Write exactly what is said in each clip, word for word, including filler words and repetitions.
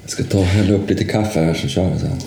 Jag ska ta och hälla upp lite kaffe här så kör vi sen.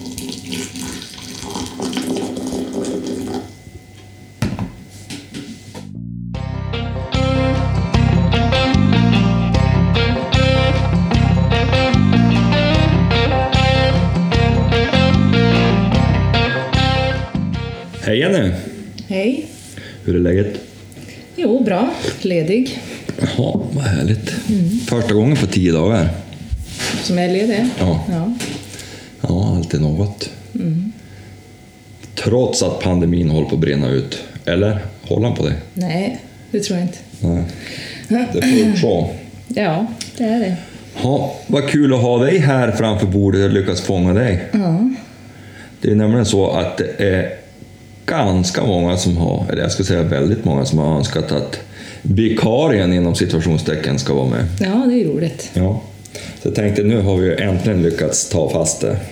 Hej Jenny! Hej! Hur är läget? Jo, bra. Ledig. Jaha, vad härligt. Mm. Första gången på tio dagar. Som är ledig? Ja. Ja, ja alltid något. Mm. Trots att pandemin håller på att brinna ut. Eller? Håller han på det? Nej, det tror jag inte. Nej. Det får så. Ja, det är det. Ja, vad kul att ha dig här framför bordet och lyckas fånga dig. Ja. Det är nämligen så att det är ganska många som har, eller jag ska säga väldigt många som har önskat att vikarien inom situationstecken ska vara med. Ja, det är roligt. Ja. Så jag tänkte, nu har vi äntligen lyckats ta fast det.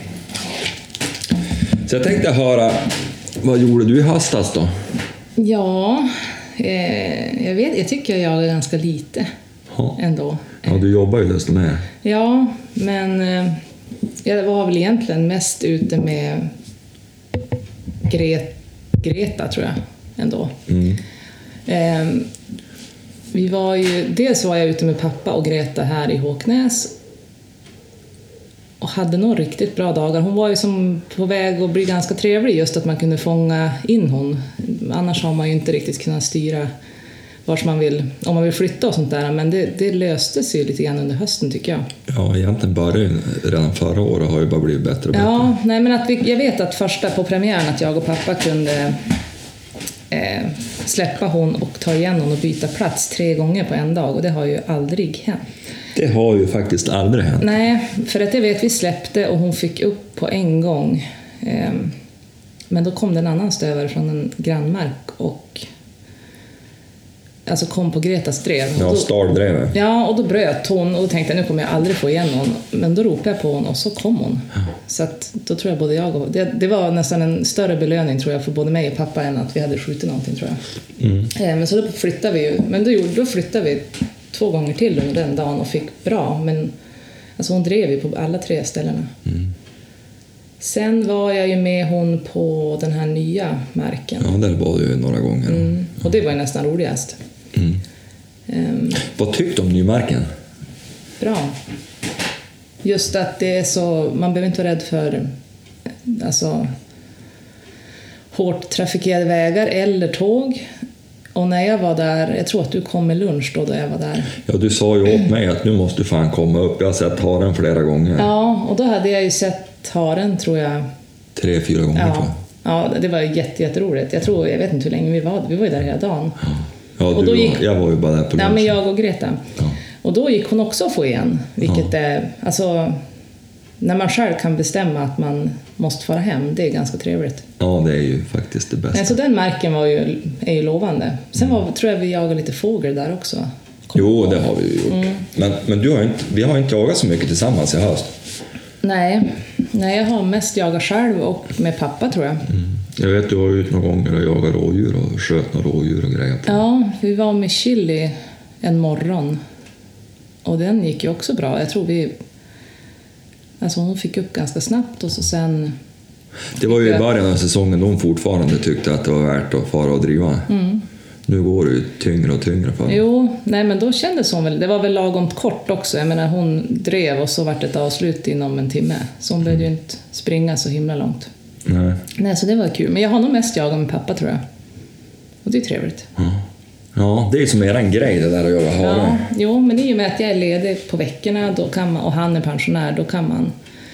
Så jag tänkte höra, vad gjorde du i höstas då? Ja, eh, jag vet, jag tycker jag är ganska lite ja. ändå. Ja, du jobbar ju desto mer. Ja, men eh, jag var väl egentligen mest ute med Gret, Greta, tror jag, ändå. Mm. Eh, vi var ju, dels var jag ute med pappa och Greta här i Håknäs och hade nog riktigt bra dagar. Hon var ju som på väg att bli ganska trevlig, just att man kunde fånga in hon. Annars har man ju inte riktigt kunnat styra vart man vill, om man vill flytta och sånt där. Men det, det löste sig lite grann under hösten, tycker jag. Ja, egentligen började redan förra året, har ju bara blivit bättre och bättre. Ja, nej, men att vi, jag vet att första på premiären att jag och pappa kunde eh, släppa hon och ta igen hon och byta plats tre gånger på en dag. Och det har ju aldrig hänt. Det har ju faktiskt aldrig hänt. Nej, för att jag vet vi släppte och hon fick upp på en gång. Eh, men då kom det en annan stövare från en grannmark och alltså kom på Gretas drev. Ja, stardrevet. Ja, och då bröt hon och då tänkte jag, nu kommer jag aldrig få igen hon. Men då ropade jag på hon och så kom hon. Ja. Så att då tror jag både jag och... Det, det var nästan en större belöning, tror jag, för både mig och pappa än att vi hade skjutit någonting, tror jag. Mm. Eh, men så då flyttade vi ju. Men då, då flyttade vi två gånger till under den dagen och fick bra. Men alltså hon drev ju på alla tre ställena. Mm. Sen var jag ju med hon på den här nya marken. Ja, där var du ju några gånger. Mm. Och det var ju nästan roligast. Mm. Um, Vad tyckte du om nymarken? Bra. Just att det är så, man behöver inte vara rädd för alltså, hårt trafikerade vägar eller tåg. Och när jag var där, jag tror att du kom med lunch då, då jag var där. Ja, du sa ju åt mig att nu måste du fan komma upp. Jag har sett haren flera gånger. Ja, och då hade jag ju sett haren, tror jag. Tre, fyra gånger, ja. tror jag. Ja, det var jätte, jätteroligt. Jag tror, jag vet inte hur länge vi var. Vi var ju där hela dagen. Ja. Ja, och du då gick, var, jag var ju bara där på lunch. Ja, men jag och Greta. Ja. Och då gick hon också att få igen. Vilket ja. är, alltså, när man själv kan bestämma att man måste fara hem, det är ganska trevligt. Ja, det är ju faktiskt det bästa. Så den marken var ju, är ju lovande. Sen var, mm. tror jag vi jagade lite fågel där också. Kom jo, på. Det har vi ju gjort. Mm. Men, men du har inte, vi har inte jagat så mycket tillsammans i höst. Nej, Nej jag har mest jagat själv och med pappa, tror jag. Mm. Jag vet, du var ute några gånger och jagade rådjur och sköt några rådjur och grejer på. Ja, vi var med chili en morgon. Och den gick ju också bra. Jag tror vi... Alltså hon fick upp ganska snabbt och så sen... Det var ju i början av säsongen de fortfarande tyckte att det var värt att fara och driva. Mm. Nu går det ju tyngre och tyngre för. Jo, nej men då kändes hon väl... Det var väl lagom kort också. Jag menar, hon drev och så var det ett avslut inom en timme. Så hon behövde ju inte springa så himla långt. Nej. Nej, så det var kul. Men jag har nog mest jagat med pappa, tror jag. Och det är trevligt. Ja, ja det är som eran grej det där att jaga hare. Ja, jo, men det är ju med att jag är ledig på veckorna då kan man, och han är pensionär, då kan man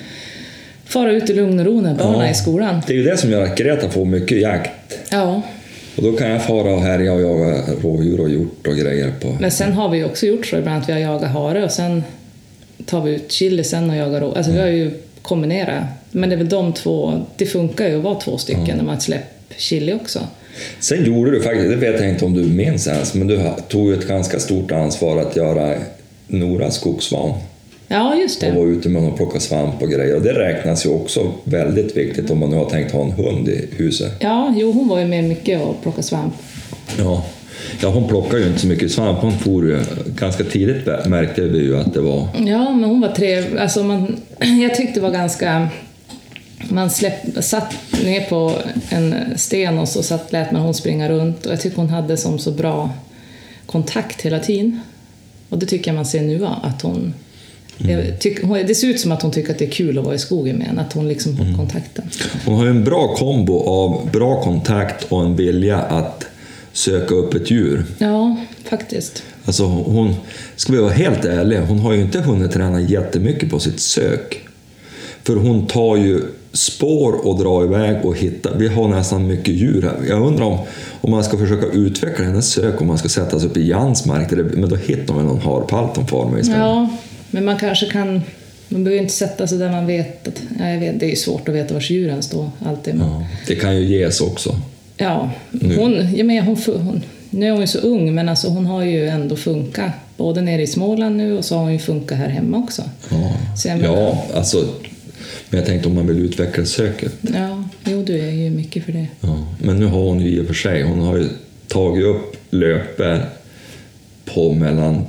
fara ut i lugn och ro när barnen ja, är i skolan. Det är ju det som gör att Greta får mycket jakt. Ja. Och då kan jag fara och härja och jaga rådjur och hjort och grejer på. Men sen har vi ju också gjort så ibland att vi har jagat hare och sen tar vi ut chili sen och jagar rådjur. Alltså mm. vi har ju kombinerat. Men det är väl de två, det funkar ju att vara två stycken ja. När man släpper chili också. Sen gjorde du faktiskt, det vet jag inte om du minns ens, men du tog ett ganska stort ansvar att göra Nora skogsvan. Ja, just det. Och var ute med att plocka svamp och grejer. Och det räknas ju också väldigt viktigt om man nu har tänkt ha en hund i huset. Ja, jo, hon var ju med mycket och plocka svamp. Ja, Ja, hon plockar ju inte så mycket svamp. Hon får ju ganska tidigt, märkte vi ju att det var... Ja, men hon var trevlig. Alltså man, jag tyckte det var ganska... Man släpp, satt ner på en sten och så satt, lät man hon springa runt. Och jag tycker hon hade som så bra kontakt hela tiden. Och det tycker jag man ser nu att hon... Mm. Tyck, hon det ser ut som att hon tycker att det är kul att vara i skogen med en. Att hon liksom har mm. kontakten. Hon har en bra kombo av bra kontakt och en vilja att söka upp ett djur. Ja, faktiskt. Alltså hon, ska vi vara helt ärliga, hon har ju inte hunnit träna jättemycket på sitt sök. För hon tar ju spår och drar iväg och hittar. Vi har nästan mycket djur här. Jag undrar om, om man ska försöka utveckla hennes sök, om man ska sätta sig upp i Jans mark, men då hittar man någon harpaltonform istället. Ja, men man kanske kan... Man behöver inte sätta sig där man vet att... Ja, jag vet, det är ju svårt att veta var djuren står alltid. Men... Ja, det kan ju ges också. Ja, hon, ja men hon, hon, nu är hon ju så ung, men alltså hon har ju ändå funkat. Både nere i Småland nu och så har hon ju funkat här hemma också. Ja, så jag menar, ja alltså... Men jag tänkte om man vill utveckla söket. Ja, jo, du är ju mycket för det. Ja, men nu har hon ju i och för sig, hon har ju tagit upp löper på mellan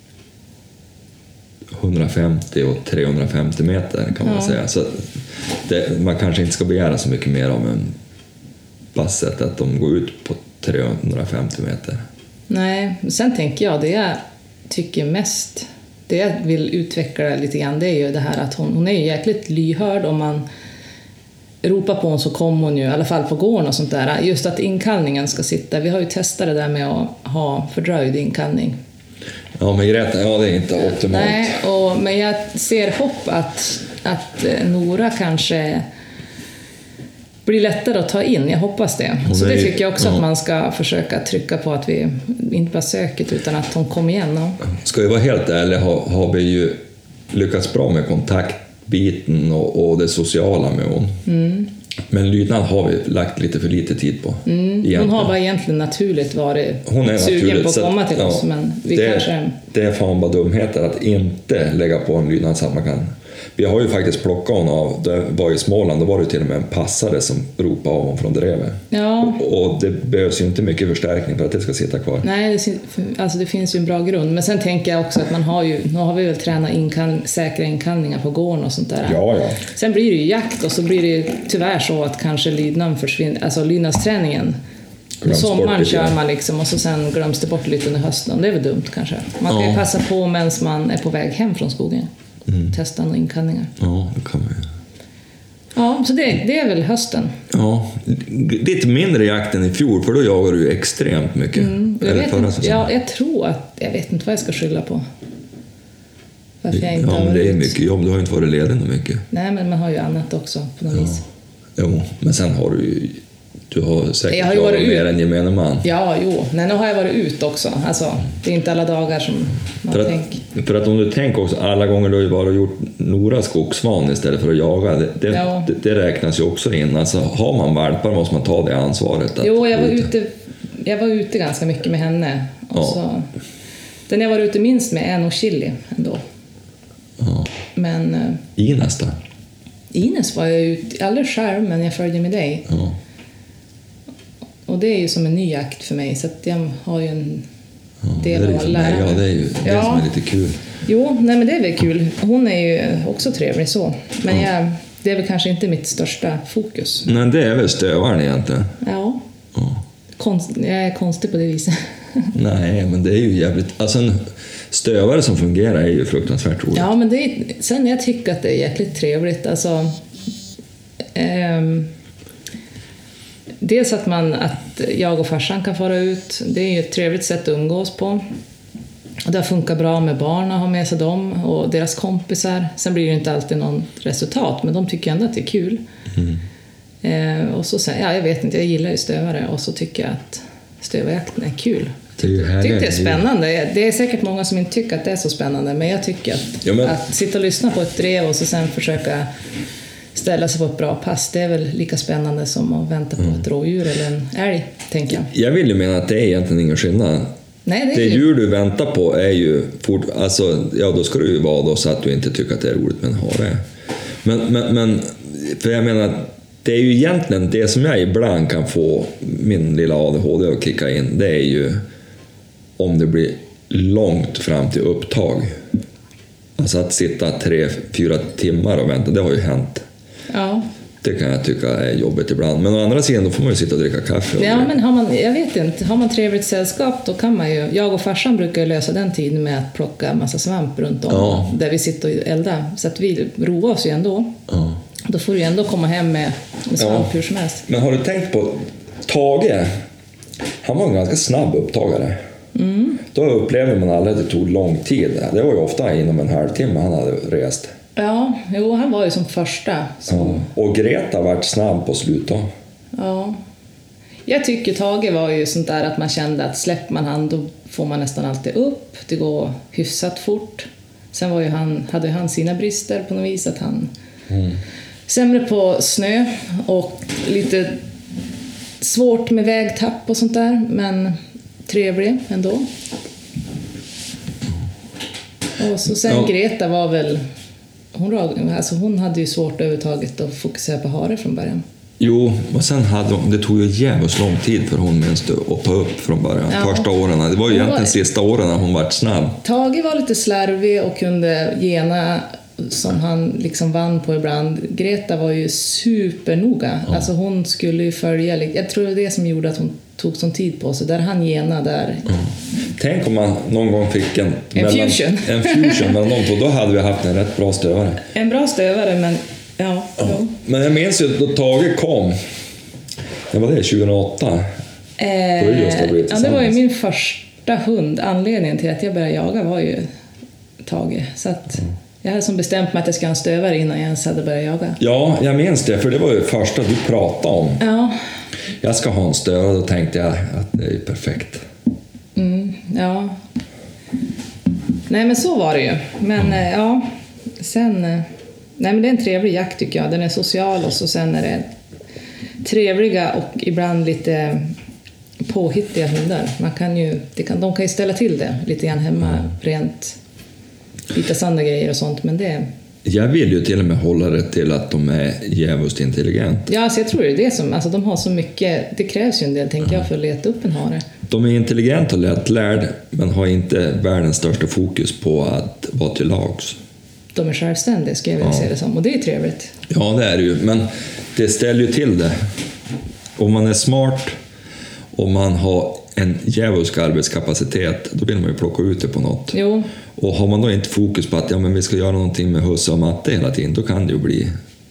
hundrafemtio och trehundrafemtio meter kan man ja. säga. Så det, man kanske inte ska begära så mycket mer om en basset att de går ut på trehundrafemtio meter. Nej, sen tänker jag det jag tycker mest... Det jag vill utveckla lite grann, det är ju det här att hon, hon är ju jäkligt lyhörd. Om man ropar på hon så kommer hon ju, i alla fall på gården och sånt där. Just att inkallningen ska sitta. Vi har ju testat det där med att ha fördröjd inkallning. Ja, men Greta, ja det är inte optimalt. Nej, och, men jag ser hopp att, att Nora kanske blir lättare att ta in. Jag hoppas det. Hon så det är, tycker jag också ja. att man ska försöka trycka på att vi inte bara söker utan att hon kommer igen. Ja. Ska vi vara helt ärliga har, har vi ju lyckats bra med kontaktbiten och, och det sociala med hon. Mm. Men lydnad har vi lagt lite för lite tid på. Mm. Hon har bara egentligen naturligt varit hon är sugen naturligt, på att komma till oss. Ja, men vi det, kanske... det är fan bara dumheter att inte lägga på en lydnad så att man kan... Vi har ju faktiskt plockat hon av, det var i Småland, då var det till och med en passare som ropade av hon från drevet. Ja. Och, och det behövs ju inte mycket förstärkning för att det ska sitta kvar. Nej, det, alltså det finns ju en bra grund. Men sen tänker jag också att man har ju, nu har vi väl tränat inkall, säkra inkallningar på gården och sånt där. Ja, ja. Sen blir det ju jakt och så blir det ju tyvärr så att kanske lydnaden försvinner, alltså lydnadsträningen. På sommaren kör man liksom och så sen glöms det bort lite under hösten. Det är väl dumt kanske. Man kan ja. ju passa på medan man är på väg hem från skogen. Mm. Testa och inkallningar. Ja, det kan man ju. Ja, så det, det är väl hösten. Ja, lite mindre jakt än i fjol, för då jagar du ju extremt mycket. Mm, jag, vet inte, ja, jag tror att, jag vet inte vad jag ska skylla på. Varför jag inte ja, men det är mycket jobb, du har ju inte varit ledig så mycket. Nej, men man har ju annat också på något ja. vis. Jo, men sen har du ju Du har säkert jag har ju varit mer än gemene man. Ja, jo. Nej, nu har jag varit ut också. Alltså, det är inte alla dagar som man för tänker. Att, för att om du tänker också, alla gånger du har bara gjort Nora skogsvan istället för att jaga, det, det, ja. det, det räknas ju också in. Alltså, har man valpar måste man ta det ansvaret. Att jo, jag var, ute, jag var ute ganska mycket med henne. Och ja. så, den jag var ute minst med är nog Chili ändå. Ja. Men, Ines då? Ines var jag ute, aldrig själv, men jag följde med dig. Ja. Och det är ju som en ny jakt för mig, så att jag har ju en ja, del av att lära. Ja, det är ju det ja. som är lite kul. Jo, nej, men det är väl kul. Hon är ju också trevlig så. Men ja. jag, det är väl kanske inte mitt största fokus. Nej, det är väl stövaren egentligen. Ja. ja. Konst, jag är konstig på det viset. Nej, men det är ju jävligt... Alltså en stövare som fungerar är ju fruktansvärt roligt. Ja, men det är, sen jag tycker att det är jäkligt trevligt. Alltså... Ehm, Dels att, man, att jag och farsan kan fara ut. Det är ju ett trevligt sätt att umgås på. Och det funkar bra med barn att ha med sig dem och deras kompisar. Sen blir det inte alltid något resultat, men de tycker ändå att det är kul. Mm. Eh, och så sen, ja, jag vet inte, jag gillar ju stövare och så tycker jag att stövarjakten är kul. Det är ju jag tycker det är spännande. Det är säkert många som inte tycker att det är så spännande, men jag tycker att, ja, men... att sitta och lyssna på ett drev och så sen försöka ställa sig på ett bra pass, det är väl lika spännande som att vänta på mm. ett rådjur eller en älg, tänker jag. Jag vill ju mena att det är egentligen ingen skillnad. Nej, det är det ju... djur du väntar på är ju fort, alltså, ja, då ska du ju vara då så att du inte tycker att det är roligt med en hare. Men, men, men för jag menar, det är ju egentligen det som jag ibland kan få min lilla A D H D att kicka in. Det är ju om det blir långt fram till upptag. Alltså att sitta tre, fyra timmar och vänta, det har ju hänt. Ja. Det kan jag tycka är jobbigt ibland. Men å andra sidan, då får man ju sitta och dricka kaffe. Och ja, men har man, jag vet inte, har man trevligt sällskap, då kan man ju... Jag och farsan brukar ju lösa den tiden med att plocka massa svamp runt om. Ja. Där vi sitter och eldar. Så att vi roar oss ju ändå. Ja. Då får du ju ändå komma hem med, med svamp ja. hur som helst. Men har du tänkt på Tage? Han var en ganska snabb upptagare. Mm. Då upplevde man aldrig att det tog lång tid. Det var ju ofta inom en halvtimme han hade rest. Ja, jo, han var ju som första. Så. Ja. Och Greta var snabb på slutet. Ja. Jag tycker Tage var ju sånt där att man kände att släpper man han, då får man nästan alltid upp. Det går hyfsat fort. Sen var ju han, hade han sina brister på något vis. Att han mm. sämre på snö och lite svårt med vägtapp och sånt där. Men trevlig ändå. Och så sen ja. Greta var väl... Hon, alltså hon hade ju svårt överhuvudtaget att fokusera på hare från början. Jo, och sen hade hon, det tog ju jävligt lång tid för hon minst att ta upp från början. Ja. Första åren, det var ju egentligen var, sista åren när hon var snabb. Tage var lite slarvig och kunde gena som han liksom vann på ibland. Greta var ju supernoga. Ja. Alltså hon skulle ju följa, jag tror det var det som gjorde att hon tog sån tid på sig. Där han gena där. Ja. Tänk om man någon gång fick en, en mellan, fusion. En fusion mellan de två. Då hade vi haft en rätt bra stövare. En bra stövare, men ja. ja. Men jag minns ju då Tage kom. Det var det, tjugohundraåtta. Eh, ja, det var ju min första hund. Anledningen till att jag började jaga var ju Tage. Så att mm. jag hade som bestämt mig att jag skulle ha en stövare innan jag ens hade börjat jaga. Ja, jag minns det. För det var ju första du pratade om. Ja. Jag ska ha en stövare, då tänkte jag att det är perfekt. Mm, ja. Nej, men så var det ju. Men mm. ja, sen... Nej, men det är en trevlig jakt tycker jag. Den är social och så sen är det trevliga och ibland lite påhittiga hundar. Man kan ju, det kan, de kan ju ställa till det lite grann hemma, mm. rent bita sanda grejer och sånt, men det... Jag vill ju till och med hålla det till att de är jävligt intelligent. Ja, alltså jag tror det är det som, alltså de har så mycket, det krävs ju en del, tänker jag, för att leta upp en hare. De är intelligenta och lättlärd, men har inte världens största fokus på att vara till lags. De är självständiga, ska jag vilja ja. se det som, och det är trevligt. Ja, det är det ju, men det ställer ju till det. Om man är smart och man har en djävulsk arbetskapacitet, då vill man ju plocka ut det på något. Jo. Och har man då inte fokus på att ja, men vi ska göra någonting med husse och matte hela tiden, då kan det ju bli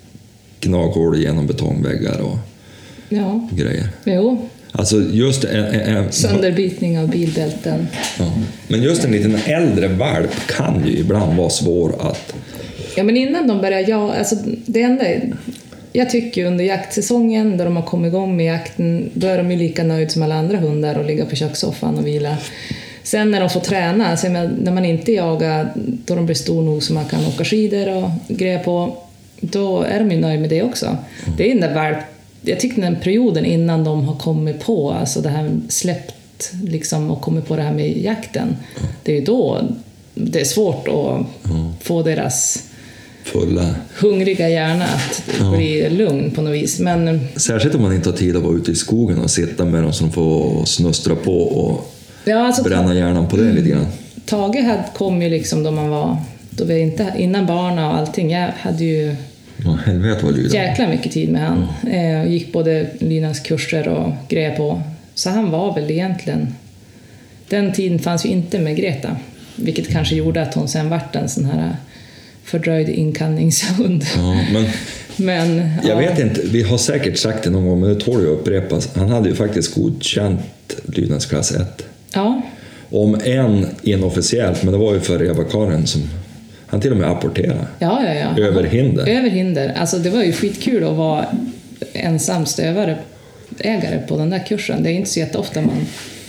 gnaghål genom betongväggar och ja. grejer. Jo. Alltså just en, en, sönderbitning av bilbälten. Ja. Men just en liten äldre valp kan ju ibland vara svår att... Ja, men innan de börjar, ja, alltså det enda... Jag tycker under jaktsäsongen, där de har kommit igång med jakten, då är de ju lika nöjd som alla andra hundar och ligga på kökssoffan och vila. Sen när de får träna, sen när man inte jagar, då de blir stor nog så man kan åka skidor och grejer på, då är de ju nöjd med det också. Mm. Det är den där valp, jag tycker den perioden innan de har kommit på, alltså det här släppt liksom och kommit på det här med jakten, mm. det är ju då det är svårt att mm. få deras fulla hungriga hjärna att ja. bli lugn på något vis. Men särskilt om man inte har tid att vara ute i skogen och sitta med dem som får snustra på och ja, alltså, bränna hjärnan på det mm. lite grann. Tage hade, kom ju liksom då man var då vi inte, innan barna och allting. Jag hade ju ja, helvete vad du jäkla mycket tid med han. Mm. Eh, gick både Linas kurser och grejer på. Så han var väl egentligen... Den tiden fanns ju inte med Greta. Vilket kanske gjorde att hon sen vart en sån här fördröjd inkallningshund. Ja, men, men jag ja. vet inte, vi har säkert sagt det någon gång, men det tål ju upprepas. Han hade ju faktiskt godkänt lydnadsklass ett. Ja. Om en inofficiellt, men det var ju för Eva-Karin som han till och med apporterade. Ja, ja, ja. Över hinder. Över hinder. Alltså det var ju skitkul att vara ensam stövare ägare på den där kursen. Det är inte så jätteofta man...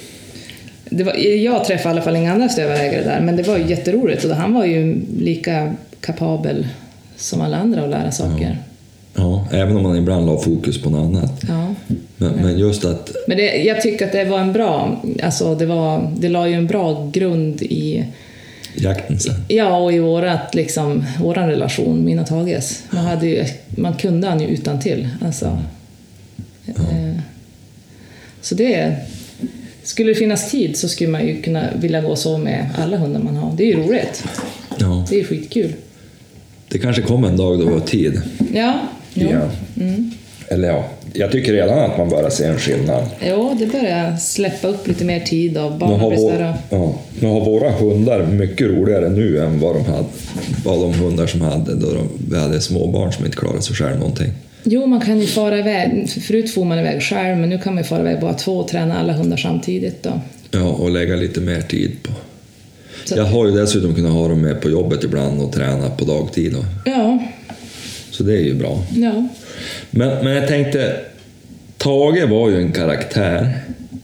Det var, jag träffade i alla fall inga andra stövarägare där, men det var ju jätteroligt och han var ju lika kapabel som alla andra att lära saker. Ja, ja även om man ibland la fokus på något annat. Ja. Men, men just att... Men det, jag tycker att det var en bra... Alltså det, var, det la ju en bra grund i jakten sen. Ja, och i vårat, liksom, våran relation, min och Tages. Man, hade ju, man kunde han ju utan till. Alltså. Ja. Eh, så det... Skulle det finnas tid så skulle man ju kunna vilja gå så med alla hundar man har. Det är ju roligt. Ja. Det är skitkul. Det kanske kommer en dag då vi har tid. Ja. Jo. Ja. Mm. Eller ja, jag tycker redan att man börjar se en skillnad. Ja, det börjar släppa upp lite mer tid av barnen blir större. Ja, nu har våra hundar mycket roligare nu än vad de hade, vad de hundar som hade då de, vi hade små barn som inte klarade sig själv någonting. Jo, man kan ju fara iväg. Förut får man iväg själv, men nu kan man fara iväg bara två och träna alla hundar samtidigt då. Ja, och lägga lite mer tid på. Så. Jag har ju dessutom kunnat ha dem med på jobbet ibland och träna på dagtid då. Ja. Så det är ju bra. Ja. Men, men jag tänkte, Tage var ju en karaktär.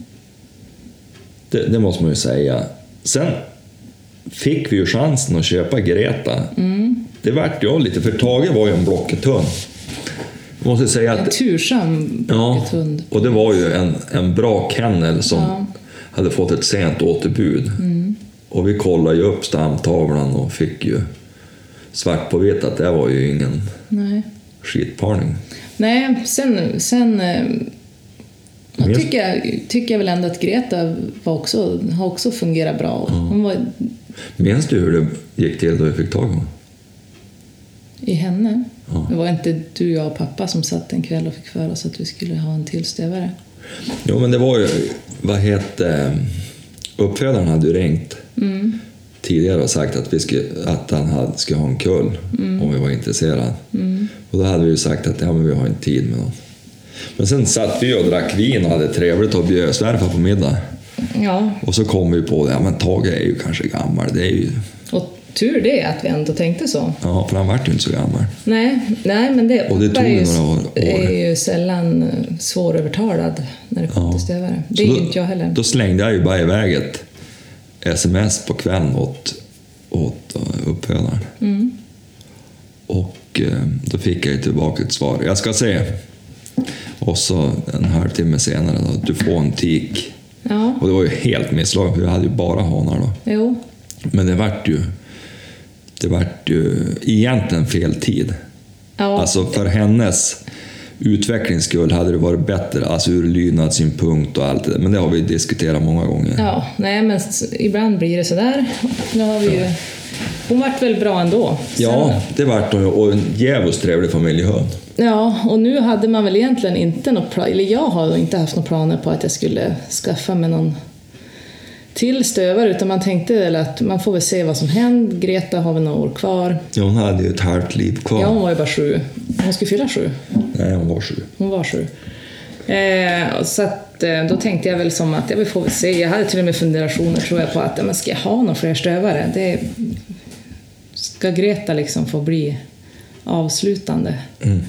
Det, det måste man ju säga. Sen fick vi ju chansen att köpa Greta. Mm. Det vart jag lite, för Tage var ju en blocketund. Jag måste säga att... En tursam blockethund. Ja, och det var ju en, en bra kennel som ja. hade fått ett sent återbud. Mm. Och vi kollade ju upp stamtavlan och fick ju svart på vitt att det var ju ingen Nej. skitparning. Nej, sen... sen jag tycker, tycker jag väl ändå att Greta var också, har också fungerat bra. Ja. Hon var... Minns du hur det gick till då vi fick tag på henne? I henne? Ja. Det var inte du, jag och pappa som satt en kväll och fick för oss att vi skulle ha en tillstövare. Jo, men det var ju, vad heter, uppfödaren hade ju ringt mm. tidigare och sagt att, vi skulle, att han hade, skulle ha en kull mm. om vi var intresserade. Mm. Och då hade vi ju sagt att ja, men vi har inte tid med någon. Men sen satt vi och drack vin och hade trevligt och bjöd svärfar på middag. Ja. Och så kom vi på det, ja men Tage är ju kanske gammal, det är ju... Och tur det att vi ändå tänkte så. Ja, för han var ju inte så gammal. Nej, nej men det, och det tog är, ju, några år. är ju sällan svårövertalad när det kommer ja. till stövare. Det är då, ju inte jag heller. Då slängde jag ju bara iväg ett sms på kvällen åt, åt uppfödaren. Mm. Och då fick jag ju tillbaka ett svar. Jag ska se. Och så en halvtimme senare då, du får en tik. Ja. Och det var ju helt misslag, för vi hade ju bara hanar då. Jo. Men det vart ju det vart ju egentligen fel tid. Ja. Alltså för hennes utvecklingsskull hade det varit bättre, alltså ur lydnadssynpunkt och allt det där. Men det har vi diskuterat många gånger. Ja, nej men ibland blir det sådär. Nu har vi ju... Hon vart väl bra ändå. Sen... Ja, det vart hon ju. Och en jävligt trevlig familjehund. Ja, och nu hade man väl egentligen inte något plan, eller jag har inte haft några planer på att jag skulle skaffa mig någon till stövare, utan man tänkte väl att man får väl se vad som händer. Greta har väl några år kvar. Ja, hon hade ju ett halvt liv kvar. Ja, hon var ju bara sju. Hon skulle fylla sju. Nej, hon var sju. Hon var sju. Eh, så att, då tänkte jag väl som att jag vill få se. Jag hade till och med funderationer tror jag på att men ska jag ha några fler stövare? Det ska Greta liksom få bli avslutande. Mm.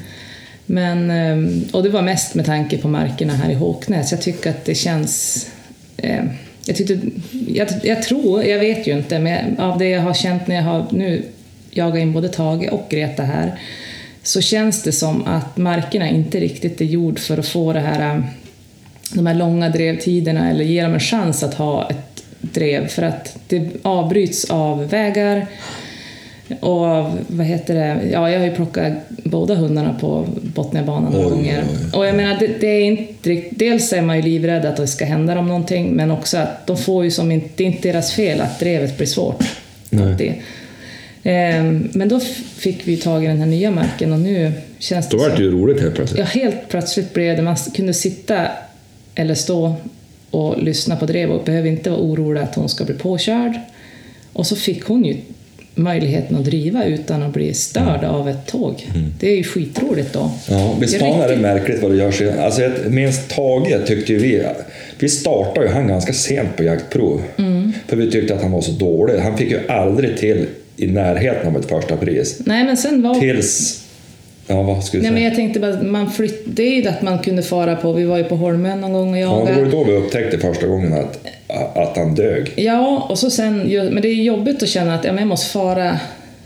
Men, och det var mest med tanke på markerna här i Håknäs. Jag tycker att det känns... Eh, jag, tyckte, jag, jag tror, jag vet ju inte, men av det jag har känt när jag har nu jagat in både Tage och Greta här, så känns det som att markerna inte riktigt är gjord för att få det här, de här långa drevtiderna eller ge dem en chans att ha ett drev, för att det avbryts av vägar. Och vad heter det? Ja, jag har ju plockat båda hundarna på Botniabanan några gånger. Och jag menar, det, det är inte, dels är man ju livrädd att det ska hända dem någonting, men också att de får ju som inte, det är inte deras fel att drevet blir svårt. Det. Ehm, men då fick vi tag i den här nya marken och nu känns det då var det så, ju roligt helt plötsligt. Ja, helt plötsligt blev det, man kunde sitta eller stå och lyssna på drev och behöver inte vara orolig att hon ska bli påkörd. Och så fick hon ju möjligheten att driva utan att bli störd mm. av ett tåg. Mm. Det är ju skitroligt då. Ja, visst är det riktigt... märkligt vad det görs. Alltså ett, minst Tage tyckte ju vi... Vi startade ju han ganska sent på jaktprov. Mm. För vi tyckte att han var så dålig. Han fick ju aldrig till i närheten av ett första pris. Nej, men sen var... Tills... Ja, vad skulle du Nej, säga? men jag tänkte bara, man flytt... det är ju att man kunde fara på... Vi var ju på Holmen någon gång och jagade. Ja, det var ju då vi upptäckte första gången att, att han dög. Ja, och så sen... Men det är jobbigt att känna att ja, men jag måste fara...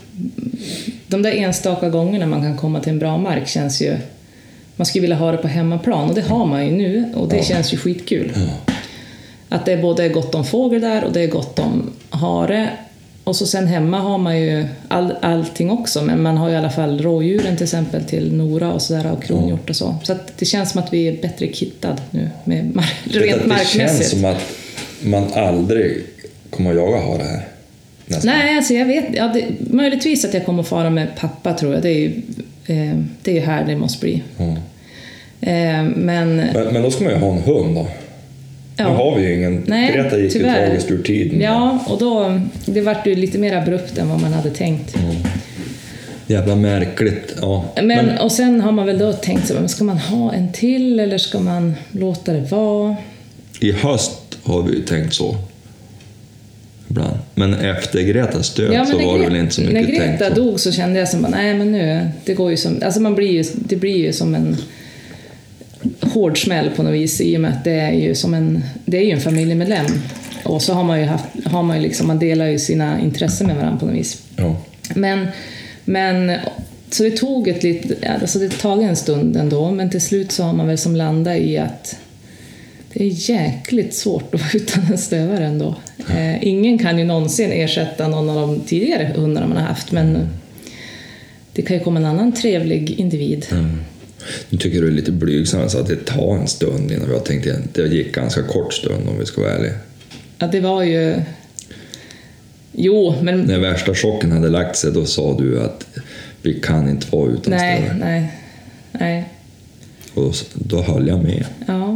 De där enstaka gångerna man kan komma till en bra mark känns ju... Man skulle vilja ha det på hemmaplan, och det har man ju nu. Och det ja. känns ju skitkul. Ja. Att det är både gott om fågel där och det är gott om hare. och så sen hemma har man ju all, allting också, men man har i alla fall rådjuren till exempel till Nora och sådär och kronhjort och så. Så att det känns som att vi är bättre kittad nu med mar- rent det markmässigt. Det känns som att man aldrig kommer att jaga ha det här. Nästan. Nej, alltså jag vet, ja, det, möjligtvis att jag kommer att fara med pappa tror jag. Det är ju, eh, det är ju här det måste bli. Mm. Eh, men, men, men då ska man ju ha en hund då. Ja. Nu har vi ju ingen. Nej, Greta gick ju tragiskt ur tiden. Ja, och då det vart ju lite mer abrupt än vad man hade tänkt. Mm. Jävla märkligt. Ja. Men, men, och sen har man väl då tänkt så, ska man ha en till eller ska man låta det vara? I höst har vi ju tänkt så. Ibland. Men efter Gretas död ja, så var Gre- det väl inte så mycket tänkt. När Greta så. dog så kände jag som bara, nej men nu, det går ju som, alltså man blir ju, det blir ju som en hård smäll på något vis i och med att det är ju som en, det är ju en familjemedlem. Och så har man ju haft, har man ju liksom, man delar ju sina intressen med varandra på något vis. Ja. Men, men så det tog ett lite, alltså det tog en stund ändå, men till slut så har man väl som landat i att det är jäkligt svårt att vara utan en stövare ändå. Eh, ingen kan ju någonsin ersätta någon av de tidigare hundarna man har haft, men det kan ju komma en annan trevlig individ. Mm. Nu tycker du är lite blygsam så att det tar en stund innan vi har tänkt igen. Det gick ganska kort stund om vi ska vara ärliga. Ja, det var ju... Jo, men... När värsta chocken hade lagt sig då sa du att vi kan inte vara utan nej, stövare. Nej, nej. Och då höll jag med. Ja.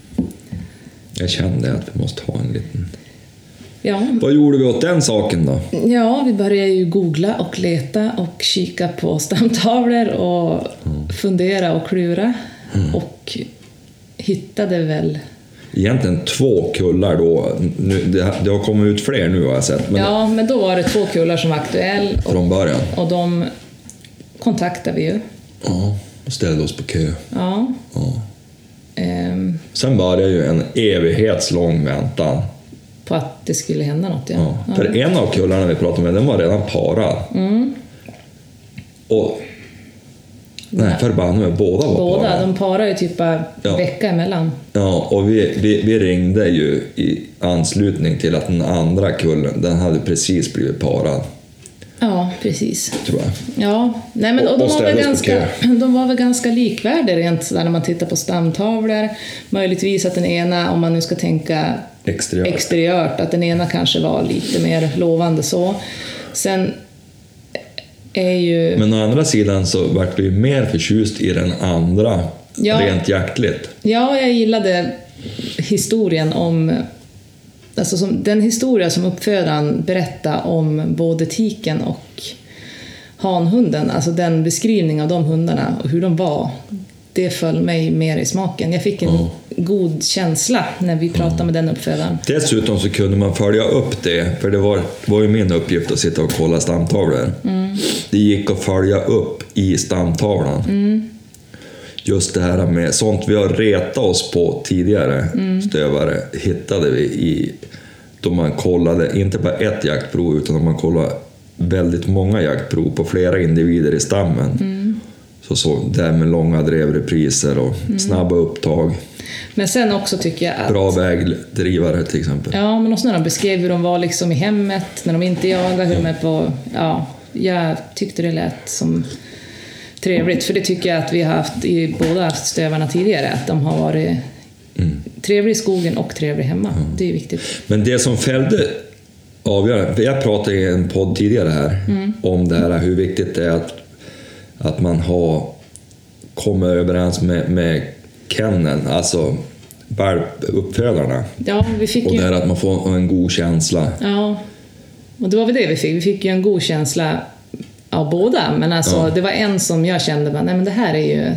Jag kände att vi måste ha en liten... Ja. Vad gjorde vi åt den saken då? Ja, vi började ju googla och leta och kika på stamtavlor och mm. fundera och klura. Mm. Och hittade väl... Egentligen två kullar då. Nu, det, det har kommit ut fler nu har jag sett. Men ja, men då var det två kullar som var aktuell. Och, från början. Och de kontaktade vi ju. Ja, och ställde oss på kö. Ja. ja. Ehm, Sen började ju en evighetslång väntan. På att det skulle hända något, ja. ja. ja. För en av kullarna vi pratade med, den var redan parad. Mm. Och... Nej, förbannade med båda var Båda, parade. de parar ju typ en ja. vecka emellan. Ja, och vi, vi, vi ringde ju i anslutning till att den andra kullen, den hade precis blivit parad. Ja, precis. Tror jag. Ja, nej men och, och de, och var väl ganska, de var väl ganska likvärdiga rent sådär när man tittar på stamtavlor. Möjligtvis att den ena, om man nu ska tänka exteriört, exteriört att den ena kanske var lite mer lovande så. Sen är ju... Men å andra sidan så vart vi mer förtjust i den andra, ja, rent jaktligt. Ja, jag gillade historien om... Alltså som, den historia som uppfödaren berättade om både tiken och hanhunden, alltså den beskrivning av de hundarna och hur de var, det föll mig mer i smaken. Jag fick en mm. god känsla när vi pratade mm. med den uppfödaren. Dessutom så kunde man följa upp det, för det var, var ju min uppgift att sitta och kolla stamtavlor. Mm. Det gick att följa upp i stamtavlan. Mm. Just det här med sånt vi har retat oss på tidigare mm. stövare hittade vi i då man kollade inte bara ett jaktprov utan man kollade väldigt många jaktprov på flera individer i stammen. Mm. Så så där med långa drevrepriser och mm. snabba upptag. Men sen också tycker jag att... Bra vägdrivare till exempel. Ja, men också när de beskrev hur de var liksom i hemmet, när de inte jagade, hur de är på... Ja, jag tyckte det lät som trevligt. För det tycker jag att vi har haft i båda stövarna tidigare. Att de har varit mm. trevlig i skogen och trevlig hemma. Mm. Det är viktigt. Men det som fällde avgörande... Jag pratade i en podd tidigare här mm. om det här hur viktigt det är att, att man har kommit överens med, med kenneln, alltså valpuppfödarna. Ja, vi fick och ju... det är att man får en god känsla. Ja, och det var väl det vi fick. Vi fick ju en god känsla av båda, men alltså ja. Det var en som jag kände, nej men det här är ju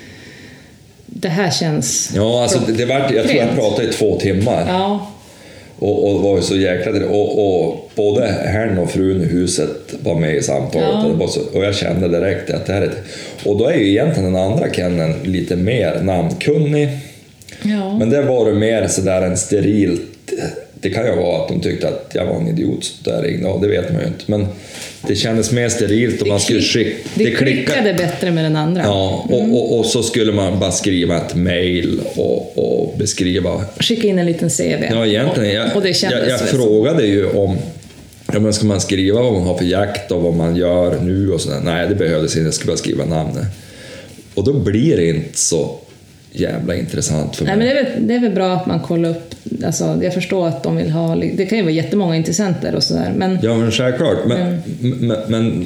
det här känns ja, alltså det, det var, jag tror jag pratade i två timmar ja. och, och var ju så jäkla och, och både herrn och frun i huset var med i samtalet ja. och, det var så, och jag kände direkt att det här är ett, och då är ju egentligen den andra kennen lite mer namnkunnig ja. Men det var det mer sådär en sterilt. Det kan ju vara att de tyckte att jag var en idiot så där ringde, ja, det vet man ju inte. Men det kändes mer sterilt och man skulle skicka... Det, det klickade bättre med den andra. Ja, och, mm. och, och så skulle man bara skriva ett mejl och, och beskriva... Skicka in en liten C V. Ja, egentligen. Jag, och, och det jag, jag frågade ju om Ja, men ska man skriva vad man har för jakt och vad man gör nu och sådär? Nej, det behövdes inte. Jag skulle bara skriva namnet. Och då blir det inte så jävla intressant för mig. Nej, men det är väl, det är väl bra att man kollar upp. Alltså, jag förstår att de vill ha... Det kan ju vara jättemånga intressenter och sådär. Men, ja, men självklart. Men, mm. men, men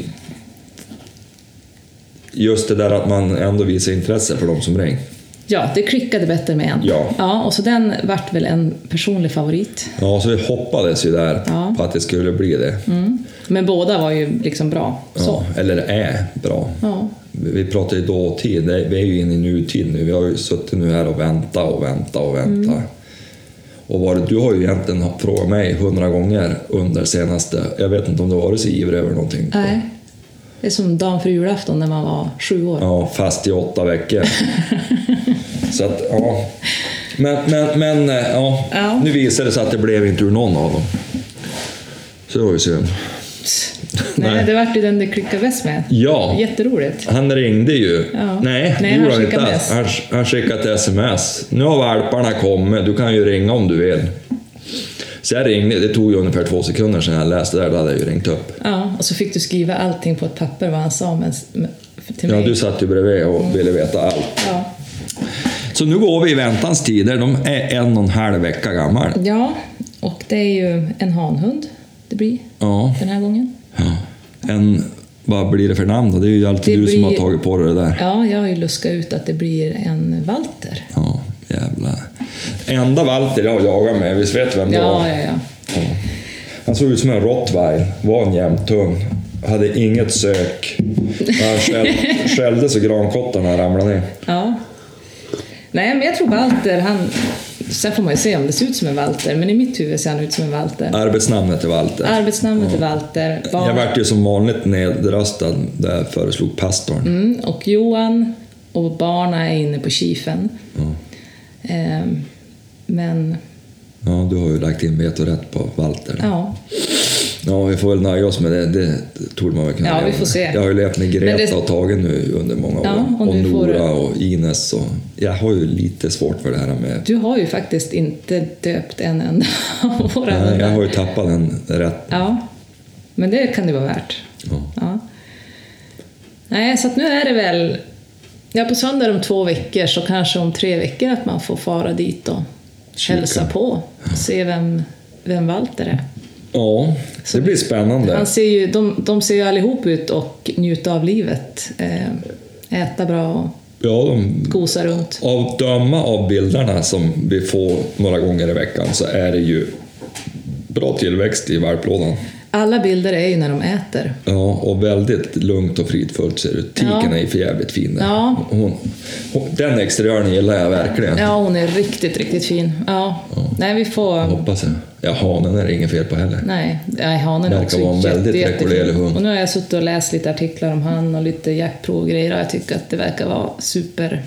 just det där att man ändå visar intresse för de som ringer. Ja, det klickade bättre med en. Ja. Ja, och så den vart väl en personlig favorit. Ja, så vi hoppades ju där ja. på att det skulle bli det. Mm. Men båda var ju liksom bra. Så. Ja, eller är bra. Ja. Vi pratar ju dåtid, vi är ju inne i nutid nu. Vi har ju suttit nu här och vänta och vänta och vänta. Mm. Och var det, du har ju egentligen frågat mig hundra gånger under senaste... Jag vet inte om du var så ivrig över någonting. Nej. Det är som dagen för julafton när man var sju år. Ja, fast i åtta veckor. Så att, ja. Men, men, men ja. ja. Nu visade det sig att det blev inte ur någon av dem. Så det var ju synd. Nej, Nej, det var ju den det klickade bäst med. Ja. Jätteroligt. Han ringde ju. Ja. Nej, Nej, det han gjorde skickade inte. mest. Han, han skickade ett sms. Nu har valparna kommit. Du kan ju ringa om du vill. Så jag ringde. Det tog ju ungefär två sekunder sedan jag läste där. Då hade jag ju ringt upp. Ja, och så fick du skriva allting på ett papper vad han sa med, med, till mig. Ja, du satt ju bredvid och mm. ville veta allt. Ja. Så nu går vi i väntans tider. De är en och en halv vecka gammal. Ja, och det är ju en hanhund det blir ja. den här gången. Ja. En, vad blir det för namn då? Det är ju alltid det du blir, som har tagit på det där. Ja, jag har ju luskat ut att det blir en Walter. Ja, jävlar. Enda Walter jag har jagat med, visst vet vem det ja, var? Ja, ja, ja. Han såg ut som en rottweiler, var en jämtung. Hade inget sök. Han skäll, skällde så grankottarna ramlade ner. Ja. Nej, men jag tror Walter, han... Sen får man ju se om det ser ut som en Walter, men i mitt huvud ser han ut som en Walter. Arbetsnamnet är Walter. Arbetsnamnet ja. är Walter. Barn... Jag vart ju som vanligt nedröstad där föreslog pastorn. Mm, och Johan och barna är inne på Kiefen. Ja. Ehm, men... Ja, du har ju lagt in vetorätt på Walter. Ja. Ja, vi får väl nöja oss med det. Det tror man väl kunna Ja, göra. vi får se. Jag har ju levt med Greta det... och Tage nu under många år. Ja, och, och Nora får... och Ines. Och... Jag har ju lite svårt för det här med... Du har ju faktiskt inte döpt en enda av våra Nej, jag har ju tappat den rätt. Ja, men det kan det vara värt. Ja. Ja. Nej, så att nu är det väl... Ja, på söndag om två veckor så kanske om tre veckor att man får fara dit och Kika. hälsa på. Se vem, vem Walter är. Ja, det så blir spännande. Han ser ju, de, de ser ju allihop ut och njuta av livet. Eh, äta bra och ja, de, gosa runt. Av döma av bilderna som vi får några gånger i veckan så är det ju bra tillväxt i valplådan. Alla bilder är ju när de äter. Ja, och väldigt lugnt och fridfullt ser ut. Tiken ja. är ju för jävligt fin. Ja. Hon, hon, den exteriören gillar jag verkligen. Ja, hon är riktigt, riktigt fin. Ja. Ja. Nej, vi får... Jag hoppas jag. Ja, hanen är det ingen fel på heller. Nej, Nej hanen är också vara en väldigt rekorderlig hund. Och nu har jag suttit och läst lite artiklar om han och lite jaktprov och grejer. Och jag tycker att det verkar vara super...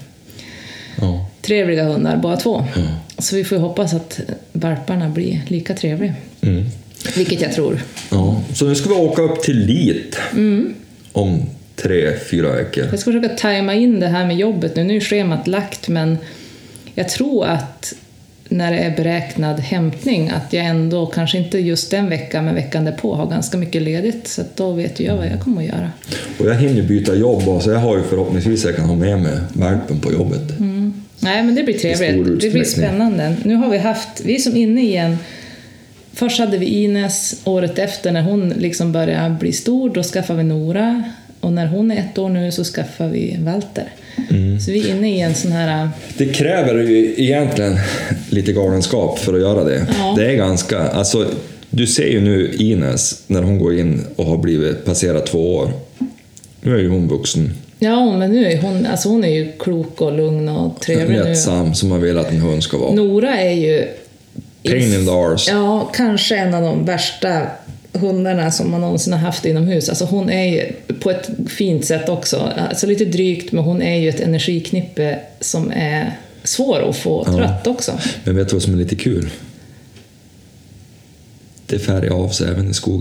Ja. Trevliga hundar, bara två. Ja. Så vi får hoppas att valparna blir lika trevliga. Mm. Vilket jag tror. Ja, så nu ska vi åka upp till Lit mm. om tre, fyra veckor. Jag ska försöka tajma in det här med jobbet nu. Nu är schemat lagt, men jag tror att när det är beräknad hämtning att jag ändå, kanske inte just den veckan, men veckan därpå har ganska mycket ledigt. Så att då vet jag vad jag kommer att göra. Och jag hinner byta jobb, så jag har ju förhoppningsvis jag kan ha med mig valpen på jobbet. Mm. Nej, men det blir trevligt. Det blir spännande. Nu har vi haft, vi är som inne i en... Först hade vi Ines, året efter när hon liksom började bli stor, då skaffade vi Nora. Och när hon är ett år nu så skaffar vi Walter. Mm. Så vi är inne i en sån här... Det kräver ju egentligen lite galenskap för att göra det. Ja. Det är ganska... Alltså, du ser ju nu Ines när hon går in och har blivit passerat två år. Nu är ju hon vuxen. Ja, men nu är hon, alltså hon är ju klok och lugn och trevlig nu. Lättsam som man vill att en hund ska vara. Nora är ju... Pain in the arse. Ja, kanske en av de värsta hundarna som man någonsin har haft inomhus. Alltså hon är ju på ett fint sätt också. Alltså lite drygt, men hon är ju ett energiknippe som är svår att få ja. trött också. Men vet du vad som är lite kul? Det färgar av sig även i skogen.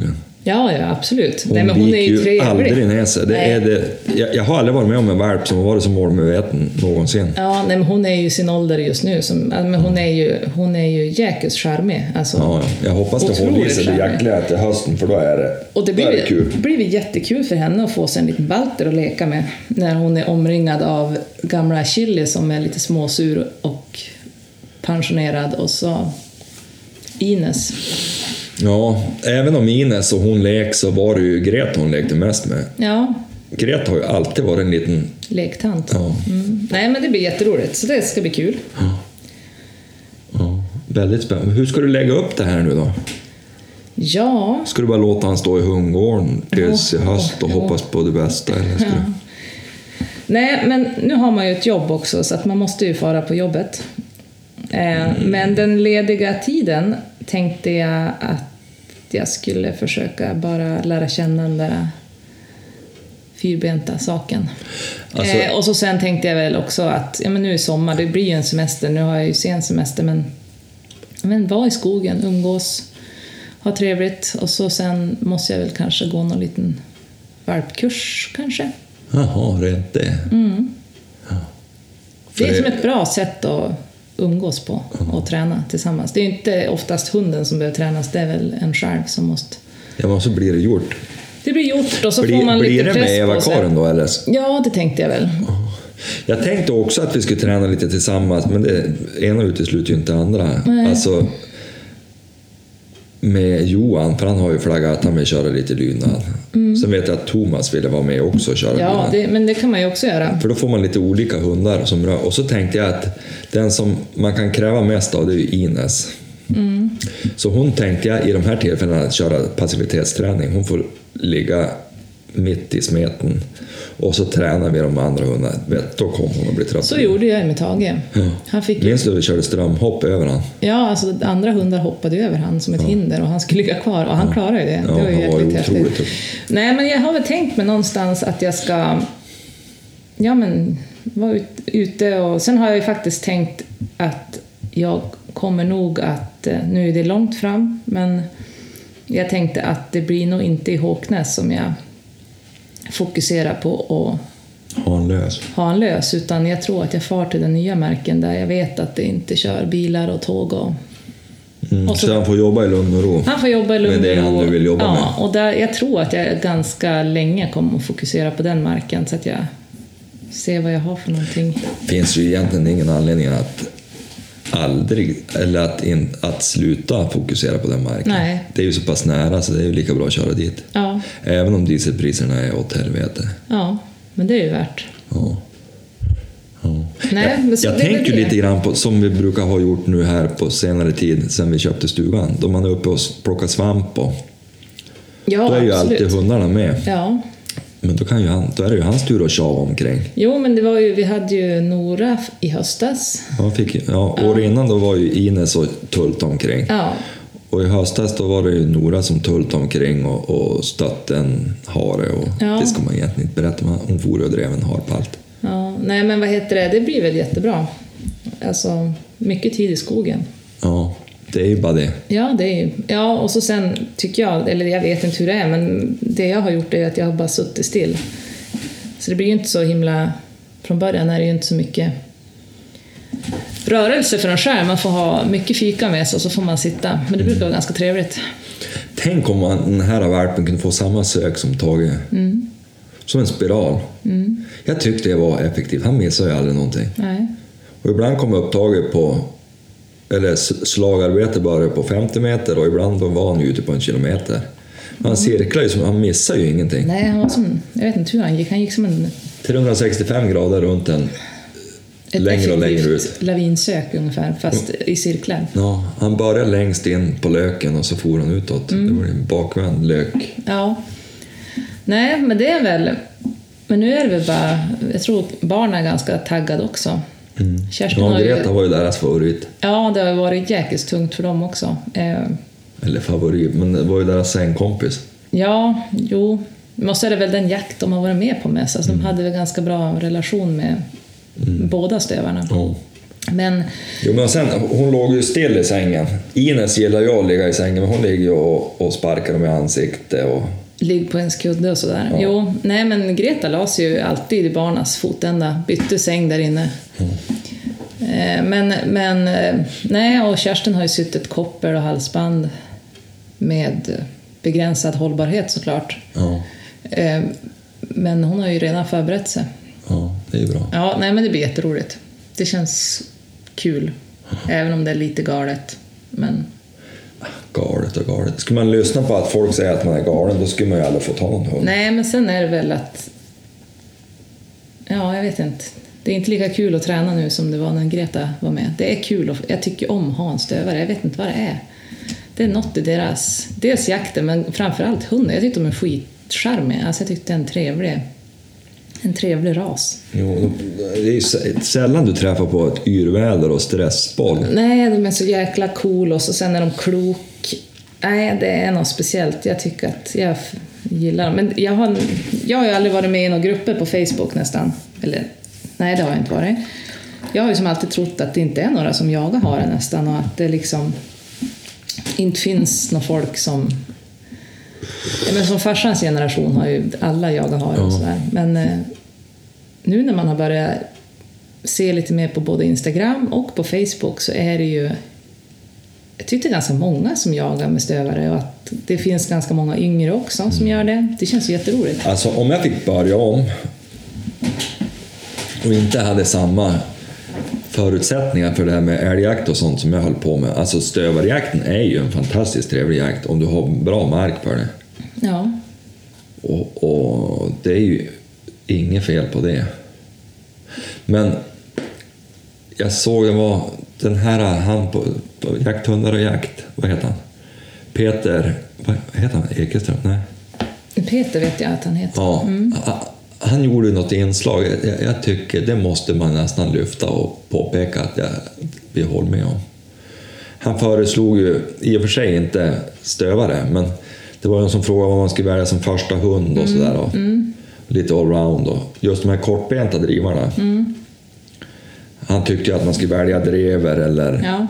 Ja, ja, absolut. Hon, Nej, men hon är ju ju trevlig. aldrig ner sig. Det är det, jag, jag har aldrig varit med om en valp som har varit så målmedveten någonsin. Ja, nej, men hon är ju sin ålder just nu. Som, men hon är ju, hon är ju jäkes charmig. Alltså, ja, jag hoppas det håller i sig det jäkliga till hösten, för då är det, och det blir, då är det kul. Det blir jättekul för henne att få sig en liten valter att leka med när hon är omringad av gamla Chili som är lite småsur och pensionerad, och så Ines. Ja, även om Ines och hon lek, så var det ju Greta hon lekte mest med. Ja. Greta har ju alltid varit en liten lektant. Ja. Mm. Nej, men det blir jätteroligt, så det ska bli kul. Ja. Ja, väldigt spännande. Hur ska du lägga upp det här nu då? Ja. Ska du bara låta han stå i hundgården tills i höst och ja. hoppas på det bästa? Eller ska ja. du... Nej, men nu har man ju ett jobb också, så att man måste ju fara på jobbet. Eh, mm. Men den lediga tiden tänkte jag att jag skulle försöka bara lära känna den där fyrbenta saken. Alltså... Eh, och så sen tänkte jag väl också att ja, men nu är sommar, det blir ju en semester, nu har jag ju sen semester, men, men vara i skogen, umgås, ha trevligt, och så sen måste jag väl kanske gå någon liten valpkurs kanske. Jaha, rent det. Mm. Ja. Det är det... som ett bra sätt att umgås på och mm. träna tillsammans. Det är ju inte oftast hunden som behöver tränas, det är väl en själv som måste... Ja, men så blir det gjort. Det blir gjort, och så blir, får man blir lite press på sig. Blir det med Eva-Karin då, eller? Ja, det tänkte jag väl. Jag tänkte också att vi skulle träna lite tillsammans, men det ena utesluter ju inte andra. Nej. Alltså, med Johan, för han har ju flaggat att han vill köra lite lydnad. Mm. Sen vet jag att Thomas ville vara med också och köra ja, lydnad. Det, men det kan man ju också göra. För då får man lite olika hundar som rör. Och så tänkte jag att den som man kan kräva mest av, det är ju Ines. Mm. Så hon tänkte jag i de här tillfällena att köra passivitetsträning. Hon får ligga mitt i smeten och så tränar vi de andra hundarna. Då kom hon att bli trött. Så gjorde jag med Tage. Ja. Han fick... Minns du att vi körde strömhopp över han? Ja, alltså andra hundar hoppade över han som ett ja. hinder, och han skulle ligga kvar, och han ja. klarade ju det. Ja, det var ju han var ju otroligt tuff. Nej, men jag har väl tänkt mig någonstans att jag ska ja, men vara ut, ute, och sen har jag ju faktiskt tänkt att jag kommer nog att, nu är det långt fram, men jag tänkte att det blir nog inte i Håknäs som jag fokuserar på att ha en lös. ha en lös, utan jag tror att jag far till den nya märken där jag vet att det inte kör bilar och tåg och, mm, och så, så han får jobba i lugn och ro. Han får jobba i lugn och ro. Med det han nu vill jobba ja, med. Och där, jag tror att jag ganska länge kommer att fokusera på den märken, så att jag ser vad jag har för någonting. Det finns ju egentligen ingen anledning att aldrig, eller att, in, att sluta fokusera på den marken. Nej. Det är ju så pass nära, så det är ju lika bra att köra dit. Ja. Även om dieselpriserna är åt helvete. Ja, men det är ju värt. Ja. Ja. Nej, jag men så jag det tänker det. lite grann på, som vi brukar ha gjort nu här på senare tid sen vi köpte stugan. Då man är uppe och plockar svamp och ja, då är ju absolut. alltid hundarna med. Ja. Men då, kan ju han, då är det ju hans tur att tjava omkring. Jo, men det var ju, vi hade ju Nora i höstas. Ja, fick, ja, år ja. innan då var ju Ines och tullt omkring. Ja. Och i höstas då var det ju Nora som tullt omkring och, och stötte en hare. Och ja. Det ska man egentligen inte berätta, men hon for och drev en har på allt. Ja, nej men vad heter det? Det blir väl jättebra. Alltså, mycket tid i skogen. Ja, det är ju bara det. Ja, det är ju. Ja, och så sen tycker jag, eller jag vet inte hur det är, men det jag har gjort är att jag har bara suttit still. Så det blir ju inte så himla, från början är det ju inte så mycket rörelse för en själv. Man får ha mycket fika med sig och så får man sitta. Men det brukar vara ganska trevligt. Tänk om man, den här valpen kunde få samma sök som Tage. Mm. Som en spiral. Mm. Jag tyckte det var effektivt. Han missade ju aldrig någonting. Nej. Och ibland kom upptaget på, eller slagarbete bara på femtio meter, och ibland då var han ute på en kilometer. Han cirklade ju som, han missade ju ingenting. Nej, han var som, jag vet inte hur han gick. Han gick som en trehundrasextiofem grader runt en, ett längre och längre ut. Lavinsök ungefär, fast i cirklar. Ja, han började längst in på löken och så for han utåt. Mm. Det var en bakvänd lök. Ja. Nej, men det är väl, men nu är det väl bara, jag tror barnen är ganska taggade också. Mm. Kerstin ja, Greta ju, var ju deras favorit. Ja, det har varit jäkligt tungt för dem också. Eh, Eller favorit, men det var ju deras sängkompis. Ja, jo. Men så är det väl den jakt de har varit med på mest. Alltså, mm. De hade väl ganska bra relation med mm. båda stövarna. Ja. Men, jo, men sen, hon låg ju still i sängen. Ines gillar jag att ligga i sängen, men hon ligger ju och, och sparkar dem i ansiktet. Och... ligg på ens kudde och sådär. Ja. Jo, nej men Greta la sig ju alltid i barnas fotända. Bytte säng där inne. Mm. Eh, men, men, nej, och Kerstin har ju sytt ett koppel och halsband med begränsad hållbarhet såklart. Ja. Eh, men hon har ju redan förberett sig. Ja, det är ju bra. Ja, nej men det blir jätteroligt. Det känns kul. Även om det är lite galet. Men... galet och galet. Skulle man lyssna på att folk säger att man är galen, då skulle man ju aldrig få ta någon hund. Nej, men sen är det väl att... Ja, jag vet inte. Det är inte lika kul att träna nu som det var när Greta var med. Det är kul. Och jag tycker om att ha en stövare. Jag vet inte vad det är. Det är något i deras... Dels jakten, men framförallt hunden. Jag tyckte de är skitcharmiga. Alltså jag tyckte det är en trevlig... En trevlig ras. Jo, det är sällan du träffar på ett yrväder och stressboll. Nej, de är så jäkla cool och så sen är de klok. Nej, det är något speciellt. Jag tycker att jag gillar dem. Men jag har, jag har ju aldrig varit med i några grupper på Facebook nästan. Eller, nej, det har jag inte varit. Jag har ju som alltid trott att det inte är några som jagar har det nästan. Och att det liksom inte finns några folk som... Men som farsans generation har ju alla jagat har och sådär. Men eh, nu när man har börjat se lite mer på både Instagram och på Facebook så är det ju, jag tyckte ganska många som jagar med stövare och att det finns ganska många yngre också som gör det. Det känns ju jätteroligt. Alltså om jag fick börja om och inte hade samma förutsättningar för det här med älgjakt och sånt som jag höll på med. Alltså stövarjakten är ju en fantastiskt trevlig jakt om du har bra mark för det. Ja. Och, och det är ju inget fel på det. Men jag såg det var den här han på, på jakthundar och jakt. Vad heter han? Peter, vad heter han? Ekeström? Nej. Peter vet jag att han heter. Ja. Mm. Han gjorde något inslag. Jag, jag tycker det måste man nästan lyfta och påpeka att jag, vi håller med om. Han föreslog ju i och för sig inte stövare, men det var en som frågade vad man skulle välja som första hund och mm. sådär. Och mm. lite allround. Och just de här kortbenta drivarna. Mm. Han tyckte att man skulle välja drever eller ja.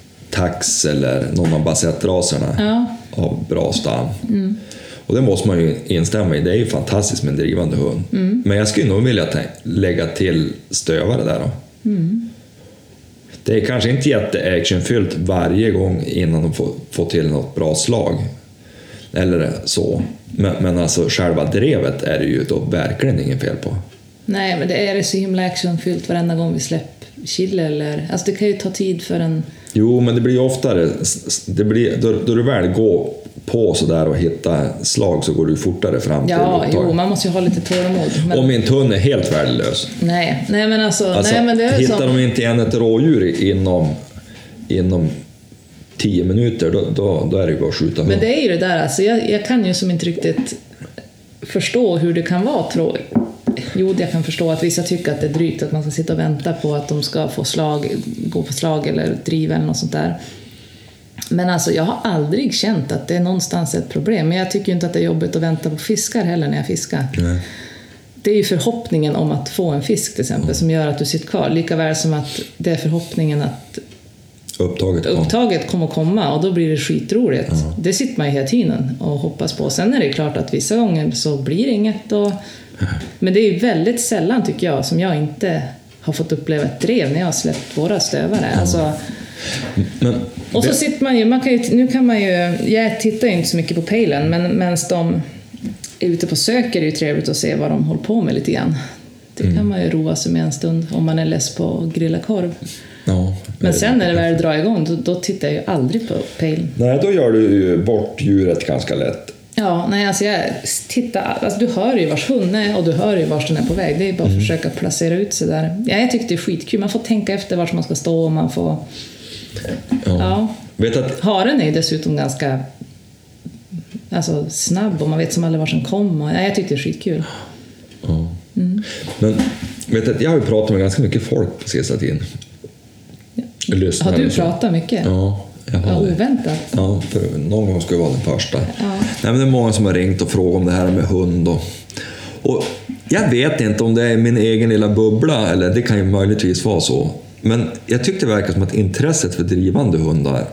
tax eller någon av bassettraserna ja. av bra stam. Mm. Och det måste man ju instämma i. Det är ju fantastiskt med en drivande hund. Mm. Men jag skulle nog vilja lägga till stövare där då. Mm. Det är kanske inte jätte-actionfyllt varje gång innan de får, får till något bra slag. Eller så. Men, men alltså själva drevet är det ju då verkligen ingen fel på. Nej, men det är det så himla actionfyllt varenda gång vi släpper chille eller... Alltså det kan ju ta tid för en... Jo, men det blir ju oftare... Det blir, då, då du väl går på så där och hitta slag så går du fortare fram till ja, jo, man måste ju ha lite tålamod. Men... Om min tunn är helt värdelös. Nej, nej men alltså... alltså nej, men det är hittar som... de inte än ett rådjur inom... inom tio minuter, då, då, då är det ju bara att skjuta. Men det är ju det där, alltså jag, jag kan ju som inte riktigt förstå hur det kan vara tråkigt. Jo, jag kan förstå att vissa tycker att det är drygt att man ska sitta och vänta på att de ska få slag, gå på slag eller driva eller något sånt där. Men alltså jag har aldrig känt att det är någonstans ett problem. Men jag tycker ju inte att det är jobbigt att vänta på fiskar heller när jag fiskar. Nej. Det är ju förhoppningen om att få en fisk till exempel mm. som gör att du sitter kvar. Lika väl som att det är förhoppningen att Upptaget, upptaget kommer att komma och då blir det skitroligt. Mm. Det sitter man ju hela tiden och hoppas på. Sen är det klart att vissa gånger så blir det inget. Och... Men det är ju väldigt sällan tycker jag som jag inte har fått uppleva ett drev när jag har släppt våra stövare. Mm. Alltså... Men, och så det... sitter man ju, man kan ju, nu kan man ju, jag tittar ju inte så mycket på pejlen, men medan de är ute på söker är det ju trevligt att se vad de håller på med lite grann. Det mm. kan man ju roa sig med en stund om man är less på att grilla korv. Ja, men sen när det väl drar igång då, då tittar jag ju aldrig på pejlen. Nej, då gör du ju bort djuret ganska lätt. Ja, nej alltså jag tittar, alltså du hör ju vars hund är och du hör ju vars den är på väg. Det är bara att mm. försöka placera ut sig där. Ja, jag tycker det är skitkul, man får tänka efter vars man ska stå och man får... Ja. ja. Vet att... Haren är ju dessutom ganska alltså, snabb och man vet som aldrig vars den kommer. Ja, jag tycker det är skitkul. Ja. Mm. Men vet att jag har ju pratat med ganska mycket folk på sista tiden. Har du pratat mycket? Ja, jag har ja, oväntat. Ja, för någon gång ska jag vara den första. Ja. Nej, men det är många som har ringt och frågat om det här med hund. Och, och jag vet inte om det är min egen lilla bubbla, eller det kan ju möjligtvis vara så. Men jag tyckte det verkar som att intresset för drivande hundar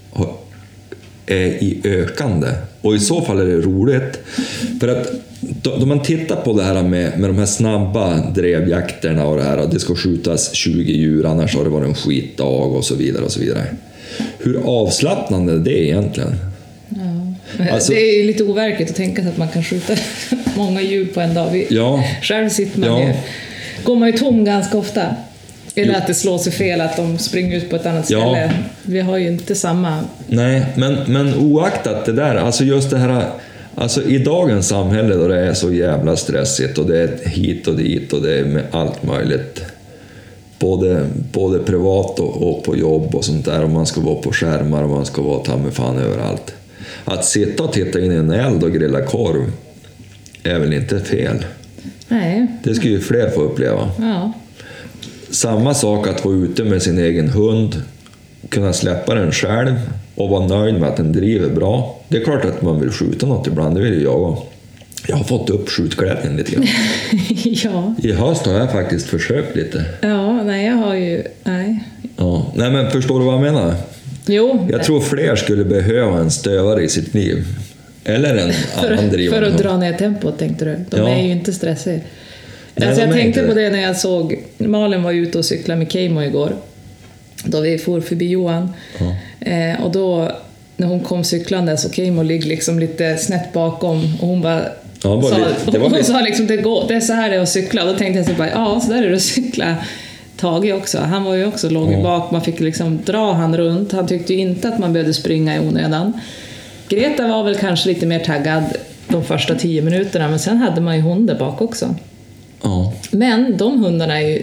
är i ökande. Och i så fall är det roligt. För att då, då man tittar på det här med, med de här snabba drevjakterna och det här, att det ska skjutas tjugo djur, annars har det varit en skitdag och så vidare och så vidare. Hur avslappnande är det egentligen? Ja. Alltså, det är lite overkligt att tänka sig att man kan skjuta många djur på en dag. Vi, ja, själv sitter man ja. ju, går man ju tom ganska ofta. Eller Jo. att det slår sig fel, att de springer ut på ett annat Ja. ställe. Vi har ju inte samma... Nej, men, men oaktat det där, alltså just det här, alltså i dagens samhälle då det är så jävla stressigt och det är hit och dit och det är med allt möjligt, både, både privat och, och på jobb och sånt där, och man ska vara på skärmar och man ska vara ta med fan överallt. Att sitta och titta in i en eld och grilla korv är väl inte fel. Nej. Det ska ju fler få uppleva. Ja. Samma sak att vara ute med sin egen hund, kunna släppa den själv och vara nöjd med att den driver bra. Det är klart att man vill skjuta något ibland, det vill ju jag också. Jag har fått upp skjutglädjen lite grann. Ja. I höst har jag faktiskt försökt lite. Ja, nej, jag har ju... Nej. Ja. Nej, men förstår du vad jag menar? Jo. Jag tror fler skulle behöva en stövare i sitt liv. Eller en för, annan drivande för att hund. dra ner tempot, tänkte du. De Ja. är ju inte stressiga. Nej, Alltså de jag är tänkte inte på det. det när jag såg... Malin var ute och cyklade med Keimo igår. Då vi for förbi Johan. Ja. Eh, och då, när hon kom cyklande, så Keimo ligger liksom lite snett bakom. Och hon bara... Ja, bara sa, lite- det var hon lite- sa liksom, det, går, det är så här det är att cykla. Och då tänkte jag så bara, ja, så där är det att cykla. Tage också. Han var ju också låg Ja. bak. Man fick liksom dra han runt. Han tyckte ju inte att man behövde springa i onödan. Greta var väl kanske lite mer taggad de första tio minuterna. Men sen hade man ju hon där bak också. Ja. Men de hundarna är ju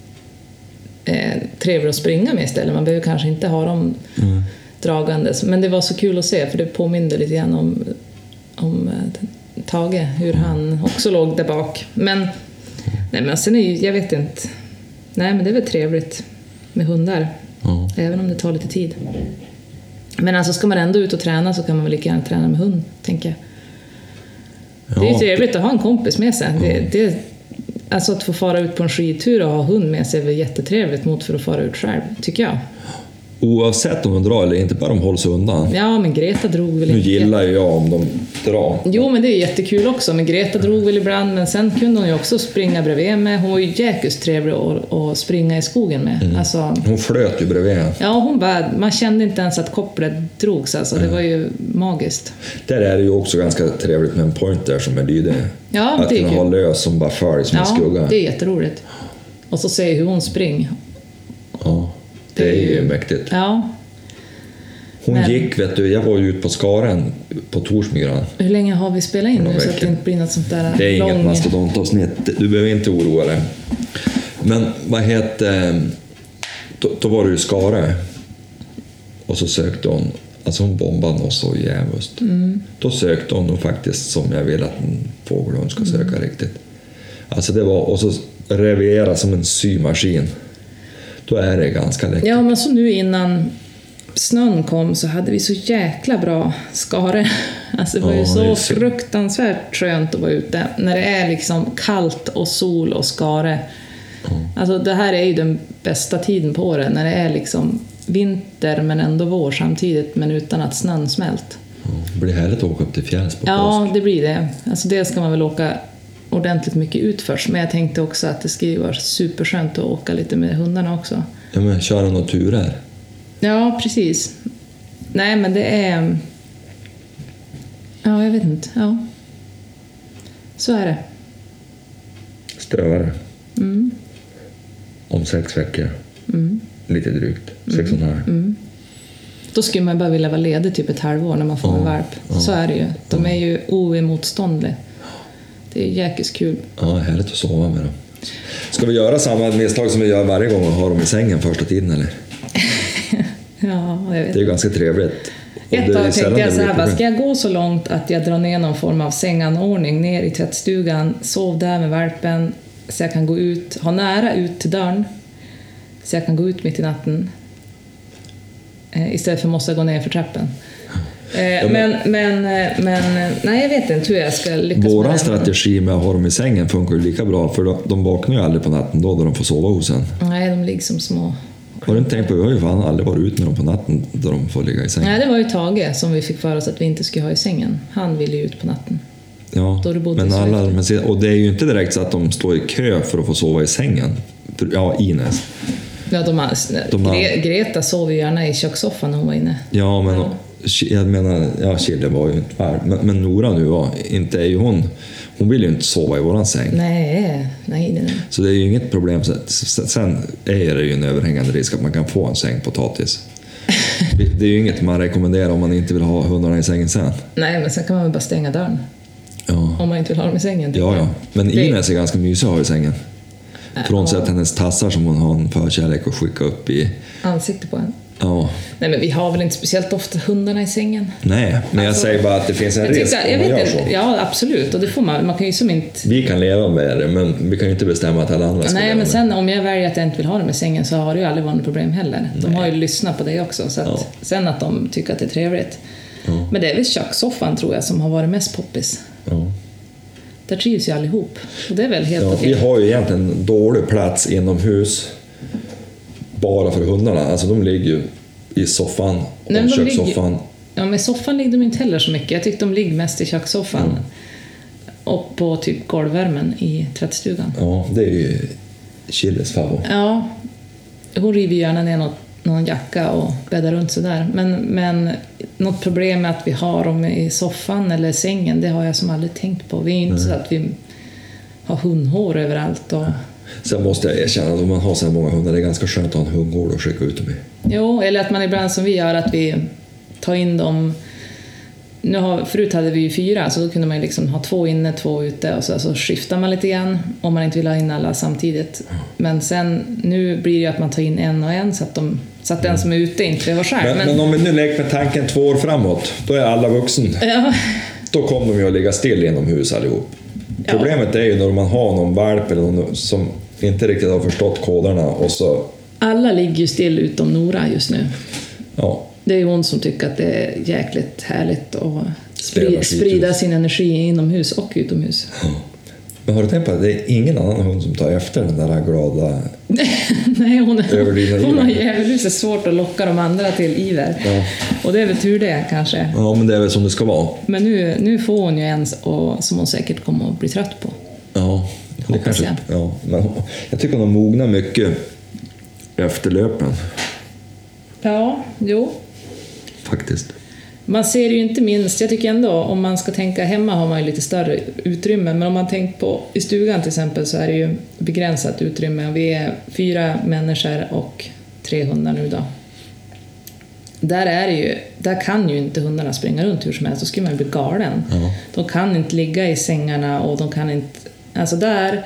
eh, trevliga att springa med istället. Man behöver kanske inte ha dem Mm. dragandes. Men det var så kul att se, för det påminde lite grann om, om eh, Tage, hur han också låg där bak. Men, nej, men sen är ju, jag vet inte. Nej, men det är väl trevligt med hundar. Ja. Även om det tar lite tid. Men alltså, ska man ändå ut och träna, så kan man väl lika gärna träna med hund, tänker jag. Det är ju Ja. trevligt att ha en kompis med sig. Det, det, alltså att få fara ut på en skidtur och ha hund med sig är väl jättetrevligt mot för att fara ut själv, tycker jag. Oavsett om de drar eller inte, bara de håller sig undan. Ja, men Greta drog väl Nu inte... gillar ju jag om de drar. Jo, men det är jättekul också. Men Greta drog väl ibland, men sen kunde hon ju också springa bredvid med. Hon var ju jäkligt trevlig att, att springa i skogen med. Mm. Alltså, Hon flöt ju bredvid. ja, hon bara, man kände inte ens att kopplet drogs. Alltså, det var ju magiskt. Där är det ju också ganska trevligt med en pointer som är lydig. Ja, att det är kunna kul. ha lös som bara följer som en Ja, skugga. det är jätteroligt. Och så se hur hon springer. Ja, det är ju mäktigt. Ja. Hon Men- gick, vet du, jag var ju ute på Skaren på Torsmyran. Hur länge har vi spelat in Några nu så att veckor. det inte blir något sånt där Det är inget lång... mastodontavsnitt, du behöver inte oroa dig. Men vad heter, då, då var det ju Skare. Och så sökte hon, alltså hon bombade oss så jävligt. Mm. Då sökte hon nog faktiskt som jag vill att en fågelhund ska söka Mm. riktigt. Alltså det var, och så revera som en symaskin. Då är det ganska läckert. Ja, men så nu innan snön kom så hade vi så jäkla bra Skare. Alltså det var ju Ja, så det är så- fruktansvärt skönt att vara ute. När det är liksom kallt och sol och Skare. Alltså det här är ju den bästa tiden på året. När det är liksom vinter men ändå vår samtidigt, men utan att snön smält. Ja, det blir härligt att åka upp till fjälls på Ja, påsk. det blir det. Alltså det ska man väl åka ordentligt mycket ut först. Men jag tänkte också att det ska ju vara superskönt att åka lite med hundarna också. Ja, men köra några turer. Ja, precis. Nej, men det är... Ja, jag vet inte. Ja. Så är det. Strövare. Mm. Om sex veckor. Mm. Lite drygt. Sex och en halv. Mm. Då skulle man bara vilja vara ledig typ ett halvår när man får Ja, en valp. ja. Så är det ju. De är ju oemotståndliga. Det är jäkligt kul. Ja, härligt att sova med dem. Ska vi göra samma misstag som vi gör varje gång och ha dem i sängen första tiden, eller? Ja, jag vet. Det är ju ganska trevligt. Och Ett det är tag sällan tänkte jag det så här, blir bara, problem. ska jag gå så långt att jag drar ner någon form av sänganordning ner i tvättstugan, sov där med valpen så jag kan gå ut, ha nära ut till dörren så jag kan gå ut mitt i natten eh, istället för att måste gå ner för trappen. Eh, men, men, eh, men eh, nej, jag vet inte hur jag ska lyckas med Våran det. strategi med att ha dem i sängen funkar ju lika bra, för de- de vaknar ju aldrig på natten då, då de får sova hos en. Nej, de ligger som små Har du inte tänkt på, vi har ju fan aldrig varit ute med dem på natten då de får ligga i sängen. Nej, det var ju Tage som vi fick för oss att vi inte skulle ha i sängen. Han ville ju ut på natten. Ja, Då du bodde men i alla, Sollefteå. men se- och det är ju inte direkt så att de står i kö för att få sova i sängen. För- Ja, Ines. Ja, de har, De har- Gre- Greta sov ju gärna i kökssoffan när hon var inne. Ja, men Ja. jag menar, ja, Chille var ju inte värd. Men, men Nora nu var, inte är ju hon, hon vill ju inte sova i våran säng. Nej, nej, nej. Så det är ju inget problem. Så- Sen är det ju en överhängande risk att man kan få en sängpotatis. Det är ju inget man rekommenderar om man inte vill ha hundarna i sängen sen. Nej, men sen kan man väl bara stänga dörren. Ja, Om man inte vill ha dem i sängen. ja, ja. Men Det- Ines är ganska mysig att ha i sängen. Frånsett hennes tassar som hon har en förkärlek att skicka upp i. Ansikte på en. Ja, Nej, men vi har väl inte speciellt ofta hundarna i sängen. nej, men jag Alltså, säger bara att det finns en Jag risk tycker, jag om man vet gör så. inte, ja, absolut. Och det får man. Man kan ju som inte... Vi kan leva med det, men vi kan ju inte bestämma att alla andra ska Nej, leva men med det. sen om jag väljer att jag inte vill ha dem i sängen så har det ju aldrig varit något problem heller. De har ju lyssnat på det också. Så att, Ja. Sen att de tycker att det är trevligt. Ja. Men det är väl kökssoffan tror jag som har varit mest poppis. Ja. Där trivs ju allihop. Och det är väl helt Ja, okej. vi har ju egentligen dålig plats inomhus bara för hundarna. Alltså de ligger ju i soffan och Nej, men de kökssoffan. ligger- Ja, men i soffan ligger de inte heller så mycket. Jag tycker de ligger mest i kökssoffan. Mm. Och på typ golvvärmen i tvättstugan. Ja, det är ju Chilles favorit. Ja, hon river ju gärna ner något, någon jacka och bäddar runt sådär. Men, men något problem med att vi har dem i soffan eller sängen, det har jag som aldrig tänkt på. Vi är ju inte så att vi har hundhår överallt. Och... Sen måste jag erkänna att om man har så här många hundar, det är ganska skönt att ha en hundgård och skicka ut dem i. Jo, eller att man ibland som vi gör, att vi tar in dem. Nu har, förut hade vi ju fyra, så då kunde man ju liksom ha två inne, två ute och så, så skiftar man lite grann om man inte vill ha in alla samtidigt. Men sen, nu blir det ju att man tar in en och en så att, de, så att den som är ute inte behöver själv. Men, men... men om vi nu leker med tanken två år framåt, då är alla vuxen. Ja, Då kommer de ju att ligga still inomhus allihop. Ja. Problemet är ju när man har någon valp eller någon som inte riktigt har förstått koderna och så, alla ligger ju still utom Nora just nu. ja, Det är ju hon som tycker att det är jäkligt härligt att Leva sprida, sitt sprida hus. sin energi inomhus och utomhus. Men har du tänkt på att det är ingen annan hund som tar efter den där glada... Nej, hon, Överdrivna hon har iver. djävulhuset svårt att locka de andra till iver. Ja. Och det är väl tur det kanske. Ja, men det är väl som det ska vara. Men nu, nu får hon ju en och, som hon säkert kommer att bli trött på. Ja, det Hoppas kanske, ja, men jag tycker hon mognar mycket efter löpen, Ja, jo. faktiskt. Man ser ju inte minst, jag tycker ändå, om man ska tänka hemma har man ju lite större utrymme, men om man tänker på i stugan till exempel så är det ju begränsat utrymme. Vi är fyra människor och tre hundar nu då. Där, är det ju, där kan ju inte hundarna springa runt hur som helst, då skulle man ju bli galen. Ja. De kan inte ligga i sängarna och de kan inte... Alltså där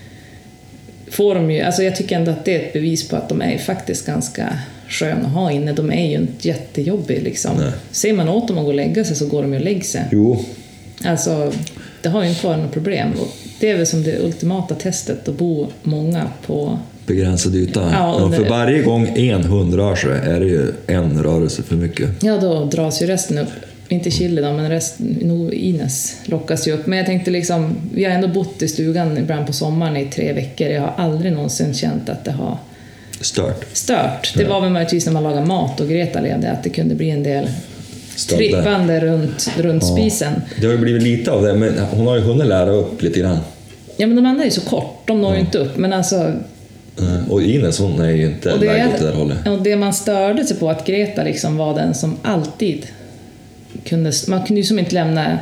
får de ju... Alltså jag tycker ändå att det är ett bevis på att de är faktiskt ganska sköna att ha inne. De är ju inte jättejobbiga liksom. Nej. Ser man åt dem att gå och lägga sig så går de ju och lägger sig. Jo, Alltså, det har ju inte varit något problem. Och det är väl som det ultimata testet att bo många på... begränsad yta. Ja, Ja, och för det- varje gång en hund rör sig är det ju en rörelse för mycket. Ja, då dras ju resten upp. Inte Chille då, men resten, nog Ines lockas ju upp. Men jag tänkte liksom, vi har ändå bott i stugan ibland på sommaren i tre veckor. Jag har aldrig någonsin känt att det har Stört. stört. Det var väl möjligtvis när man lagade mat och Greta levde, att det kunde bli en del Stölder. trippande runt, runt spisen. Det har ju blivit lite av det, men hon har ju hunnit lära upp lite grann. Ja, men de andra är ju så kort, de når ju inte upp. Men alltså, Mm. Och Ines, hon är ju inte och det, lagd åt det där hållet. och det man störde sig på, att Greta liksom var den som alltid kunde, man kunde ju som inte lämna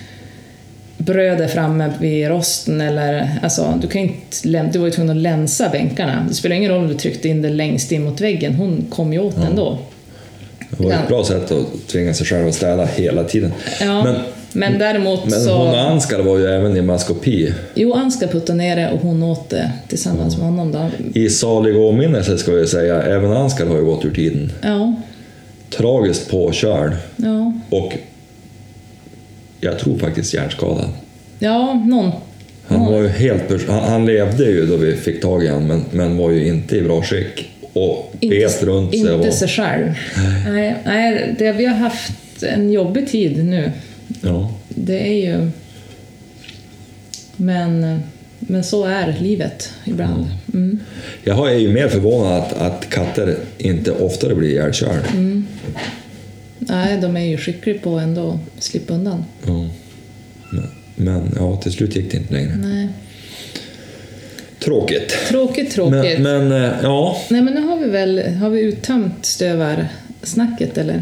brödet framme vid rosten eller, alltså du kan inte lämna, du var ju tvungen att länsa bänkarna. Det spelar ingen roll om du tryckte in det längst in mot väggen, hon kom ju åt den då. Det var ju ett bra sätt att tvinga sig själv att städa hela tiden. Ja, Men, men däremot men så... hon och Anskar var ju även i maskopi. Jo, Anska puttade ner det och hon åt det tillsammans med honom då. I salig åminnelse ska jag säga, även Anskar har ju gått ur tiden. Ja, Tragiskt påkörd ja, och jag tror faktiskt hjärnskadad. ja, någon. Han, någon. var ju helt, börs- han, han levde ju då vi fick tag i honom, men, men var ju inte i bra skick. Och bet runt sig. Inte och var, sig själv. Nej, nej det, vi har haft en jobbig tid nu. ja. Det är ju... Men men så är livet ibland. Mm. Jag är ju mer förvånad att, att katter inte oftare blir ihjälkörda. Mm. Nej, de är ju skickliga på ändå att slippa undan. Ja. Men, men ja, till slut gick det inte längre. Nej. Tråkigt. Tråkigt, tråkigt. Men, men ja. Nej, men nu har vi väl har vi uttömt stövarsnacket, eller?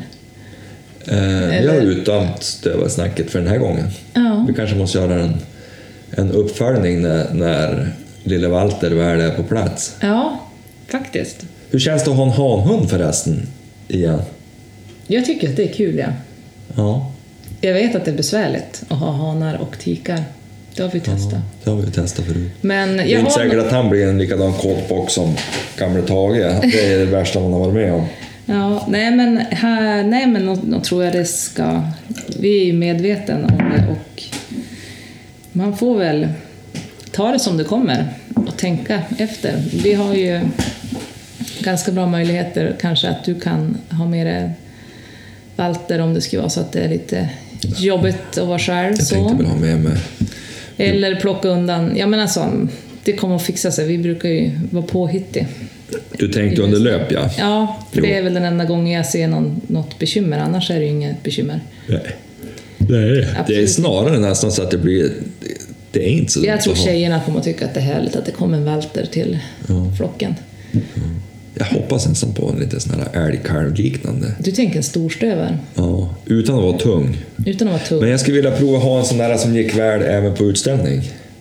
Eh, vi har uttömt stövarsnacket för den här gången. Ja. Vi kanske måste göra en, en uppföljning när, när lille Walter väl är på plats. Ja, faktiskt. Hur känns det att ha en hanhund förresten igen? Jag tycker att det är kul, ja. Ja. Jag vet att det är besvärligt att ha hanar och tikar. Det har vi testat. Ja, det har vi testat förut. Men jag det är inte har säkert no- att han blir en likadan kåtbock som gamle Tage. Det är det värsta man har varit med om. Ja, nej men, här, nej, men nog, nog tror jag det ska... Vi är ju medvetna om det och man får väl ta det som det kommer och tänka efter. Vi har ju ganska bra möjligheter kanske att du kan ha med dig Walter om det skulle vara så att det är lite jobbigt att vara själv. Jag så. tänkte väl ha med mig. Eller plocka undan. Ja, men alltså, det kommer att fixa sig. Vi brukar ju vara påhittiga. Du tänkte under löp, ja. Ja, för Jo. det är väl den enda gången jag ser någon, något bekymmer. Annars är det ju inget bekymmer. Nej. Nej. Absolut. Det är snarare nästan så att det blir... Det, det är inte så dumt Jag tror att ha. tjejerna kommer att tycka att det är härligt att det kommer en Walter till Ja. flocken. Jag hoppas nästan på en lite sån här älgkalv-liknande. Du tänker en storstövare. Ja, utan att vara tung. Utan att vara tung. Men jag skulle vilja prova att ha en sån där som gick väl även på utställning.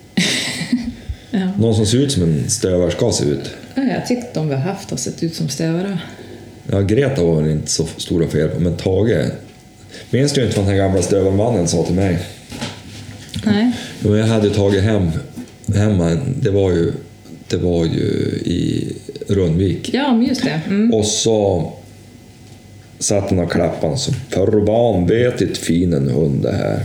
Ja. Någon som ser ut som en stövare ska se ut. Ja, jag tyckte de vi har haft har sett ut som stövare. Ja, Greta var väl inte så stora fel på, men Tage... Minns du inte vad den här gamla stövarmannen sa till mig? Nej. Jo, jag hade tagit hem hemma, det var ju, det var ju i Rundvik. Ja, men just det. Mm. Och så satt han och klappade så förvanvetigt fin en hund det här.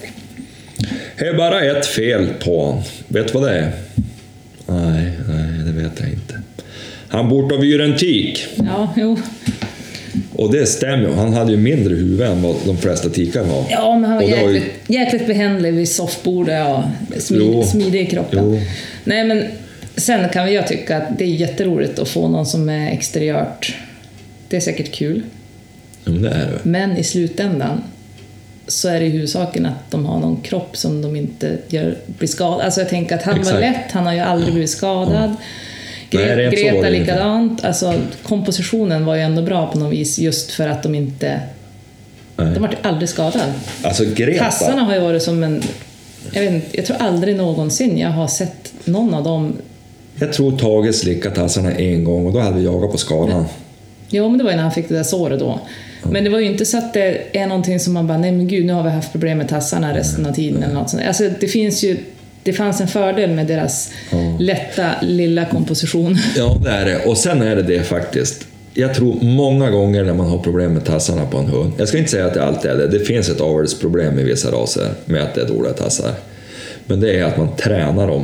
Det är bara ett fel på han. Vet du vad det är? Nej, nej, det vet jag inte. Han bort av en tik. Ja, jo. Och det stämmer, han hade ju mindre huvud än vad de flesta tikar har. Ja, men han var Och det var ju- jäkligt, jäkligt behändig vid soffbordet och smid, Jo. smidig i kroppen. Jo. Nej, men sen kan väl jag tycka att det är jätteroligt att få någon som är exteriört. Det är säkert kul. Ja, men det är det. Men i slutändan så är det i huvudsaken att de har någon kropp som de inte gör, blir skadad. Alltså jag tänker att han Exakt. var lätt, han har ju aldrig blivit skadad. Nej, Gre- rent så var Greta det inte. likadant. Alltså kompositionen var ju ändå bra på något vis just för att de inte... Nej. De var ju aldrig skadade. Alltså Greta... Tassarna har ju varit som en... Jag, vet inte, jag tror aldrig någonsin jag har sett någon av dem... Jag tror Tage slickade tassarna en gång och då hade vi jagat på skadan. Jo, men det var ju när han fick det där såret då. Men det var ju inte så att det är någonting som man bara, nej men gud, nu har vi haft problem med tassarna resten av tiden eller något sånt. Alltså det finns ju... Det fanns en fördel med deras Ja. lätta lilla komposition. Ja, det är det. Och sen är det det faktiskt. Jag tror många gånger när man har problem med tassarna på en hund. Jag ska inte säga att det alltid är det. Det finns ett avelsproblem i vissa raser med att det är dåliga tassar. Men det är att man tränar dem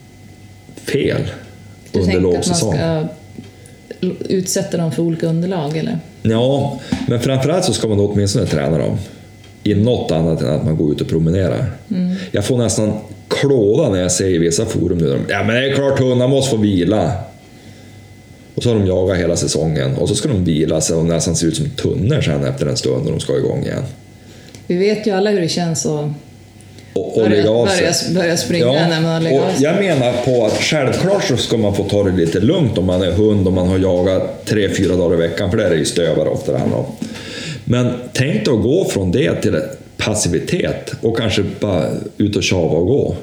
fel Du under tänker att man lågsäsong. ska utsätta dem för olika underlag, eller? Ja, men framförallt så ska man då åtminstone träna dem i något annat än att man går ut och promenerar. Mm. Jag får nästan klåda när jag ser i vissa forum nu. Ja, men det är klart hundarna måste få vila. Och så har de jagat hela säsongen och så ska de vila sig och nästan se ut som tunnor sen efter en stund och de ska igång igen. Vi vet ju alla hur det känns att Och, och börja, lägga av sig. börja, börja springa Ja, när man har legat och av sig. jag menar på att självklart så ska man få ta det lite lugnt om man är hund och man har jagat tre, fyra dagar i veckan, för det är ju stövare ofta det handlar om. Men tänk dig att gå från det till passivitet och kanske bara ut och tjava och gå.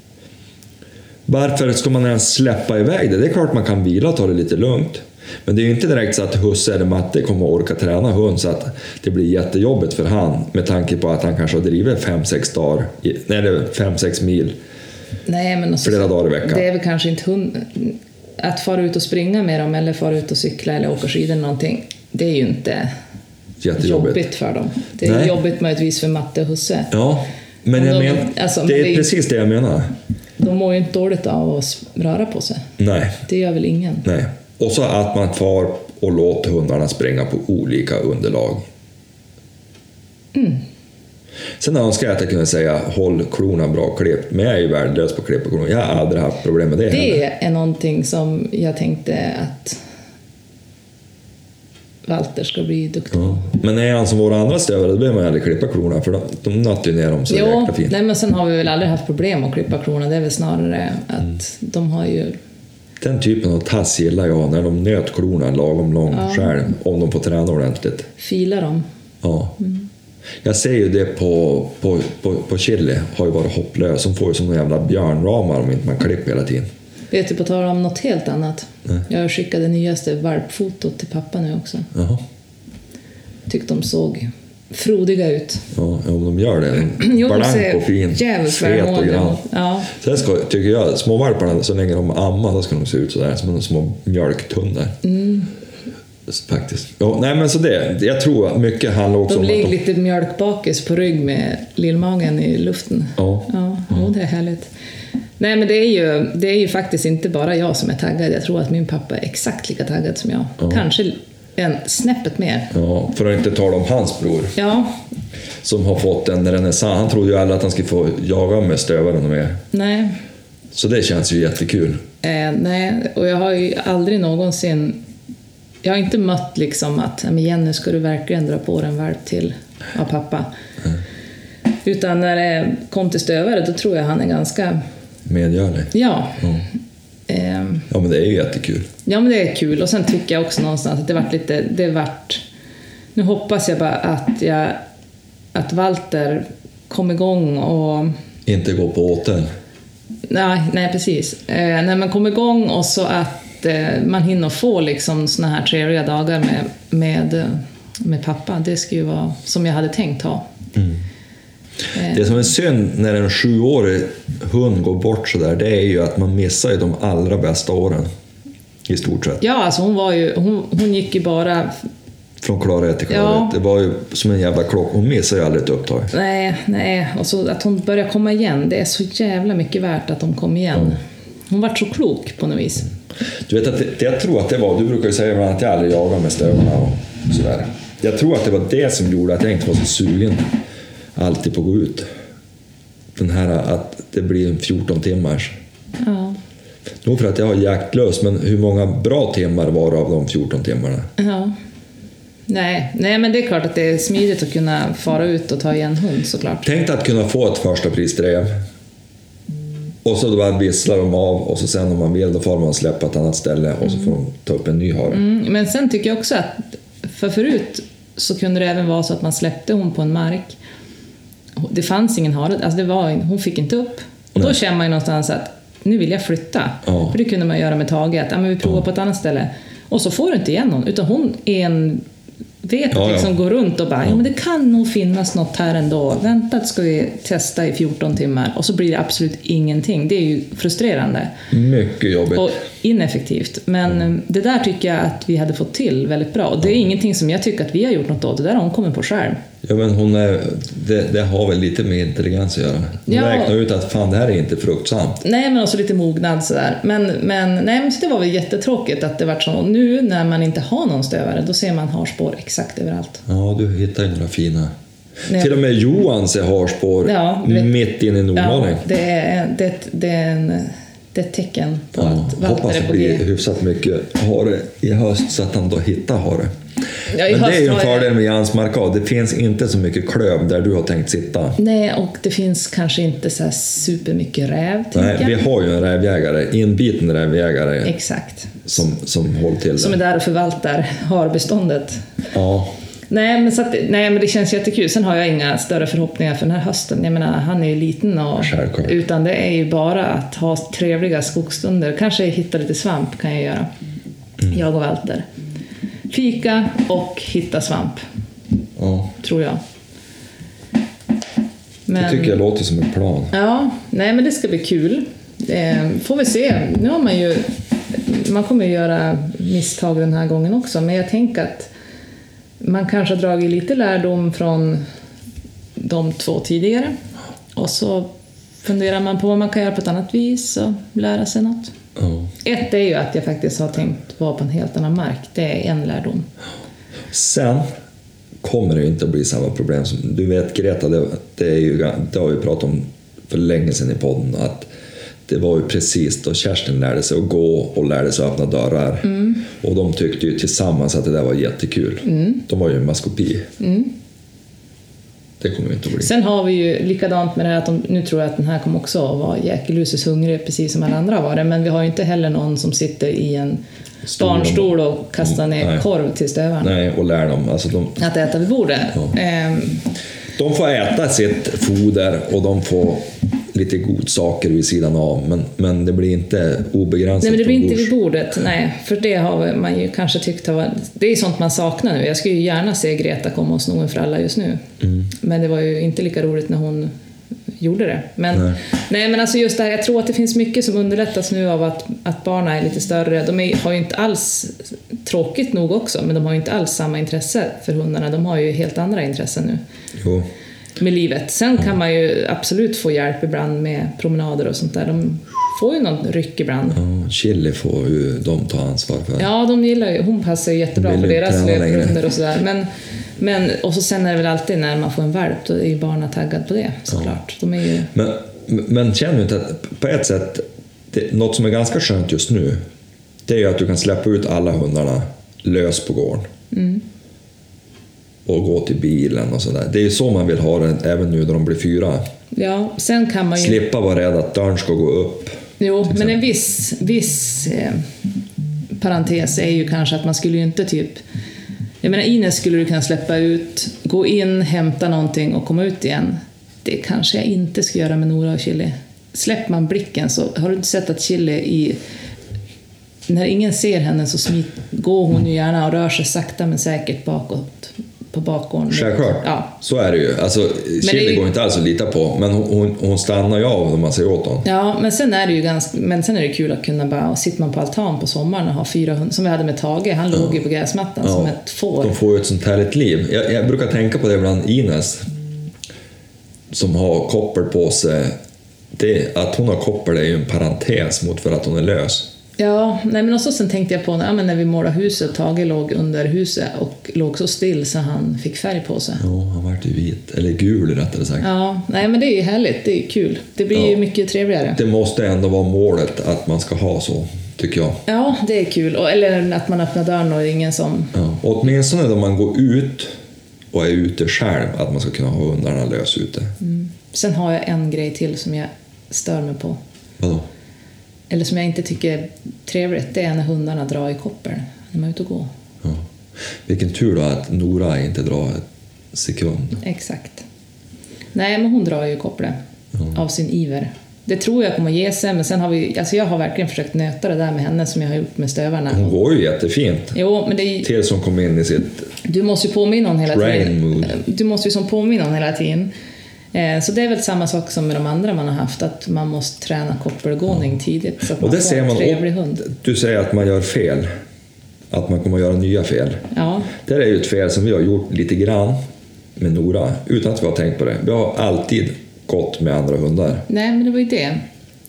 Varför ska man ens släppa iväg det? Det är klart man kan vila och ta det lite lugnt. Men det är ju inte direkt så att husse eller matte kommer att orka träna hund så att det blir jättejobbigt för han med tanke på att han kanske har drivit fem sex dagar, eller fem sex mil Nej, men alltså, flera dagar i veckan. det är väl kanske inte hund... Att fara ut och springa med dem eller fara ut och cykla eller åka skidor eller någonting, det är ju inte Jättejobbigt. jobbigt för dem. Det är Nej. jobbigt möjligtvis för matte och husse. Ja, men Om jag de- men, alltså, det är men det är- precis det jag menar. De mår ju inte dåligt av att röra på sig. Nej, Det gör väl ingen. nej. Och så att man far och låter hundarna springa på olika underlag. Mm. Sen önskar jag att jag kunde säga håll klorna bra klippt, men jag är ju värdelös på att klippa klorna. Jag har aldrig haft problem med det. Det heller. är någonting som jag tänkte att Walter ska bli duktig. Ja. Men är han som våra andra stövare, då behöver man aldrig klippa klorna, för de, de nötter ju ner dem så jo, jäkla fint. Nej, men sen har vi väl aldrig haft problem att klippa klorna. Det är väl snarare att mm. de har ju... Den typen av tass gillar jag, när de nöt klorna lagom lång ja. själv, om de får träna ordentligt. Fila dem. Ja. Mm. Jag ser ju det på, på, på, på chili, har ju varit hopplös. De får ju som en jävla björnramar om inte man klipper hela tiden. Vet du, på tal om något helt annat. Nej. Jag skickade nyaste valpfotot till pappa nu också. Jaha. Tyckte de såg frodiga ut. Ja, om de gör det. Jo, blank och fin. Fet och grann. Ja. Sen ska, tycker jag, småvalparna, så länge de ammar, då ska de se ut sådär som de små mjölktunnor. Mm. Faktiskt. Ja, nej, men så det, jag tror att mycket handlar också de om ligger att de... lite mjölkbakis på rygg med lillmagen i luften. Ja. Ja, ja. Det är härligt. Nej, men det är, ju, det är ju faktiskt inte bara jag som är taggad. Jag tror att min pappa är exakt lika taggad som jag. Ja. Kanske en snäppet mer. Ja, för att inte tala om hans bror. Ja. Som har fått en renässans. Han trodde ju alla att han skulle få jaga med stövaren och mer. Nej. Så det känns ju jättekul. Eh, nej, och jag har ju aldrig någonsin... Jag har inte mött liksom att men Jenny, ska du verkligen dra på en valp till av pappa. Mm. Utan när det kom till stövare, då tror jag han är ganska... medgörlig. Ja. Mm. Eh, ja, men det är ju jättekul. Ja, men det är kul. Och sen tycker jag också någonstans att det vart lite... Det vart, nu hoppas jag bara att jag... Att Walter kom igång och... Inte gå på åter. Nej, nej precis. Eh, när man kommer igång och så att eh, man hinner få liksom såna här trevliga dagar med, med, med pappa. Det skulle ju vara som jag hade tänkt ha. Mm. Eh. Det som är synd när en sjuårig hund går bort så där, det är ju att man missar ju de allra bästa åren. I stort sett. Ja, alltså hon var ju, hon, hon gick ju bara... Från klarhet till klarhet. Ja. Det var ju som en jävla klock. Hon missar ju aldrig ett upptag. Nej, nej. Och så att hon börjar komma igen. Det är så jävla mycket värt att de kom igen. Mm. Hon var så klok på något vis. Du vet att det, jag tror att det var... Du brukar ju säga att jag aldrig jagar med stövarna och sådär. Jag tror att det var det som gjorde att jag inte var så sugen alltid på att gå ut. Den här att det blir en fjorton timmars. Ja. Nog för att jag har jaktlös, men hur många bra timmar var det av de fjorton timmarna? Ja. Nej, nej, men det är klart att det är smidigt att kunna fara ut och ta igen hund såklart. Tänk att kunna få ett första prisdrev och så då bara visslar de av och så sen om man vill då får man släppa ett annat ställe och så får de ta upp en ny hare. Mm, men sen tycker jag också att för förut så kunde det även vara så att man släppte hon på en mark. Det fanns ingen hare, alltså det var, hon fick inte upp. Och nej. Då känner man ju någonstans att nu vill jag flytta. Ja. För det kunde man göra med Tage, att ja, men vi provar ja. på ett annat ställe. Och så får du inte igen någon, utan hon är en... vet ja, liksom ja. går runt och bara, ja men det kan nog finnas något här ändå. Vänta, ska vi testa i fjorton timmar och så blir det absolut ingenting. Det är ju frustrerande. Mycket jobbigt. Och ineffektivt. Men mm. det där tycker jag att vi hade fått till väldigt bra. Och det är ja. ingenting som jag tycker att vi har gjort något åt. Det där har hon kommit på själv. Ja, men hon är, det, det har väl lite med intelligens att göra. Hon ja. räknar ut att fan, det här är inte fruktsamt. Nej, men också lite mognad sådär. Men, men, nej, men så det var väl jättetråkigt att det var så. Nu när man inte har någon stövare, då ser man harspår exakt överallt. Ja, du hittar ju några fina. Nej. Till och med Johan ser harspår ja, mitt in i Nordmaling. Ja, det är, det, det är en... det är ett tecken på ja, att Walter är på det. Hoppas det blir hyfsat mycket hare i höst så att han då hittar hare. Ja, men det är ju en fördel med Jans Markad. Det finns inte så mycket klöv där du har tänkt sitta. Nej, och det finns kanske inte så här supermycket räv. Nej, vi har ju en rävjägare, inbiten rävjägare. Exakt. Som, som håller till som är där och förvaltar harbeståndet. Ja. Nej men, så att, nej, men det känns jättekul. Sen har jag inga större förhoppningar för den här hösten. Jag menar, han är ju liten. Och, utan det är ju bara att ha trevliga skogsstunder. Kanske hitta lite svamp kan jag göra. Mm. Jag och Walter. Fika och hitta svamp. Ja. Tror jag. Men, det tycker jag låter som en plan. Ja, nej men det ska bli kul. Eh, får vi se. Nu har man ju... Man kommer ju göra misstag den här gången också. Men jag tänker att man kanske har dragit lite lärdom från de två tidigare. Och så funderar man på vad man kan göra på ett annat vis och lära sig något. Oh. Ett är ju att jag faktiskt har tänkt vara på en helt annan mark. Det är en lärdom. Sen kommer det inte att bli samma problem som du vet Greta, det, det, är ju, det har vi pratat om för länge sedan i podden, att det var ju precis då Kerstin lärde sig att gå och lärde sig att öppna dörrar. Mm. Och de tyckte ju tillsammans att det där var jättekul. Mm. De var ju en maskopi. Mm. Det kommer ju inte att bli. Sen har vi ju likadant med det här att de, nu tror jag att den här kommer också att vara jäkeluses hungrig precis som alla andra var det. Men vi har ju inte heller någon som sitter i en barnstol och kastar ner Nej. korv till stövaren. Nej, och lär dem. Alltså de... Att äta vid bordet. Ja. Ehm. De får äta sitt foder och de får lite godsaker vid sidan av, men, men det blir inte obegränsat. Nej, men det blir inte vid bordet, nej, för det har man ju kanske tyckt var, det är sånt man saknar nu. Jag skulle ju gärna se Greta komma och sno en fralla just nu, mm. men det var ju inte lika roligt när hon gjorde det. Men, nej. nej, men alltså just det här, jag tror att det finns mycket som underlättas nu av att, att barnen är lite större. De är, har ju inte alls, tråkigt nog också, men de har ju inte alls samma intresse för hundarna. De har ju helt andra intressen nu. Jo. Med livet. Sen kan mm. man ju absolut få hjälp ibland med promenader och sånt där. De får ju någon ryck ibland. Ja, Chili får ju de ta ansvar för. Ja, de gillar ju, hon passar ju jättebra för deras löprunder och sådär. Men, men, och så sen är det väl alltid när man får en valp, då är ju barnen taggad på det, såklart. Ja. De är ju... men, men känner du inte att på ett sätt, det, något som är ganska skönt just nu, det är ju att du kan släppa ut alla hundarna lös på gården. Mm. Och gå till bilen och sådär. Det är ju så man vill ha det även nu när de blir fyra. Ja, sen kan man ju... slippa vara rädd att dörren ska gå upp. Jo, men en viss, viss eh, parentes är ju kanske att man skulle ju inte typ... Jag menar, Ines skulle du kunna släppa ut, gå in, hämta någonting och komma ut igen. Det kanske jag inte ska göra med Nora och Chili. Släpper man blicken så har du inte sett att Chili i... När ingen ser henne så smit, går hon ju gärna och rör sig sakta men säkert bakåt. På bakgården. Självklart, ja. Så är det ju. Alltså, Chili går inte alls att lita på, men hon, hon, hon stannar ju av om man säger åt honom. Ja, men sen är det ju ganska, men sen är det kul att kunna bara, sitter man på altan på sommaren och ha fyra hundar, som vi hade med Tage, han ja. låg ju på gräsmattan ja. som ett får. De får ju ett sånt härligt liv. Jag, jag brukar tänka på det bland Ines, som har koppel på sig. Det, att hon har koppel är ju en parentes mot för att hon är lös. Ja, nej men också sen tänkte jag på ja, men när vi målade huset, Tage låg under huset och låg så still så han fick färg på sig. Ja, han var ju vit, eller gul rättare sagt. Ja, nej men det är ju härligt, det är kul. Det blir ja. ju mycket trevligare. Det måste ändå vara målet att man ska ha så, tycker jag. Ja, det är kul. Och, eller att man öppnar dörren och det är ingen som... Ja, och åtminstone då man går ut och är ute själv, att man ska kunna ha hundarna lös ute. Mm. Sen har jag en grej till som jag stör mig på. Vadå? Eller som jag inte tycker är trevligt, det är när hundarna drar i koppel när man är ute och går. Ja. Vilken tur då att Nora inte drar en sekund. Exakt. Nej, men hon drar ju koppel ja. av sin iver. Det tror jag kommer att ge sig, men sen har vi, alltså jag har verkligen försökt nöta det där med henne som jag har gjort med stövarna. Hon går ju jättefint. Jo, men det är... Tills hon kom in i sitt... Du måste ju påminna hon hela tiden. Mood. Du måste ju som påminna hon hela tiden. Så det är väl samma sak som med de andra man har haft, att man måste träna koppelgåning ja. tidigt så att och man det får ser man, en trevlig hund. Du säger att man gör fel, att man kommer att göra nya fel. Ja. Det är ju ett fel som vi har gjort lite grann med Nora utan att vi har tänkt på det. Vi har alltid gått med andra hundar. Nej, men det var ju det.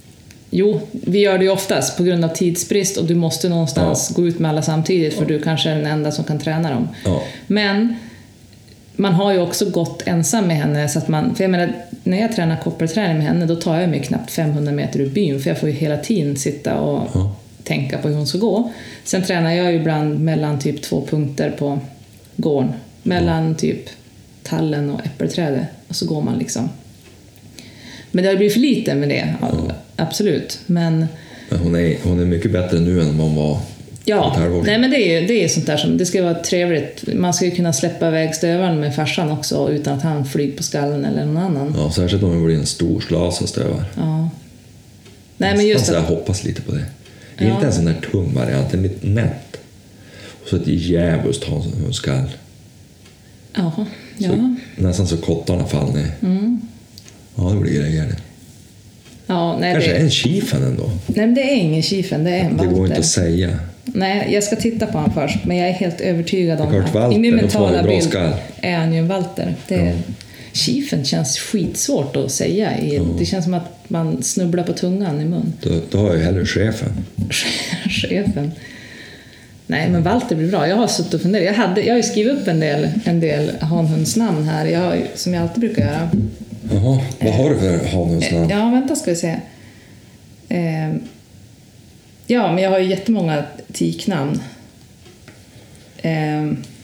Jo, vi gör det ju oftast på grund av tidsbrist och du måste någonstans ja. gå ut med alla samtidigt för ja. du kanske är den enda som kan träna dem. Ja. Men man har ju också gått ensam med henne så att man, för jag menar, när jag tränar koppelträning med henne då tar jag mig knappt femhundra meter ur byn för jag får ju hela tiden sitta och ja. tänka på hur hon ska gå. Sen tränar jag ju ibland mellan typ två punkter på gården, mellan ja. typ tallen och äppelträdet och så går man liksom. Men det har blivit för lite med det, ja. absolut. Men, men hon, är, hon är mycket bättre nu än vad hon var. Ja, nej men det är, det är sånt där som, det ska vara trevligt. Man ska ju kunna släppa iväg stövaren med farsan också utan att han flyger på skallen eller någon annan. Ja, särskilt om det blir en stor slas av stövar. Ja. Nej, men just att... jag hoppas lite på det. Ja. Inte en sån där tung variant, en lite nätt. Och så ett djävulst ha en skall. Jaha, ja. Så, nästan så kottarna faller ner. Mm. Ja, det blir grejer det. Ja, nej, kanske det... är en chifen ändå. Nej, men det är ingen chifen, det är en det valter. Det går inte att säga. Nej, jag ska titta på han först, men jag är helt övertygad om att valter, i min mentala bild skall. är han ju en valter. Det är... ja. Chifen känns skitsvårt att säga. I... Ja. Det känns som att man snubblar på tungan i mun. Då, då har jag hellre chefen. chefen. Nej, men Walter blir bra. Jag har suttit och funderat. Jag, hade, jag har ju skrivit upp en del, en del hanhundsnamn här. Jag har, som jag alltid brukar göra. Jaha, vad har du för hanhundsnamn? Ja, vänta ska vi se. Eh, ja, men jag har ju jättemånga tiknamn. Eh,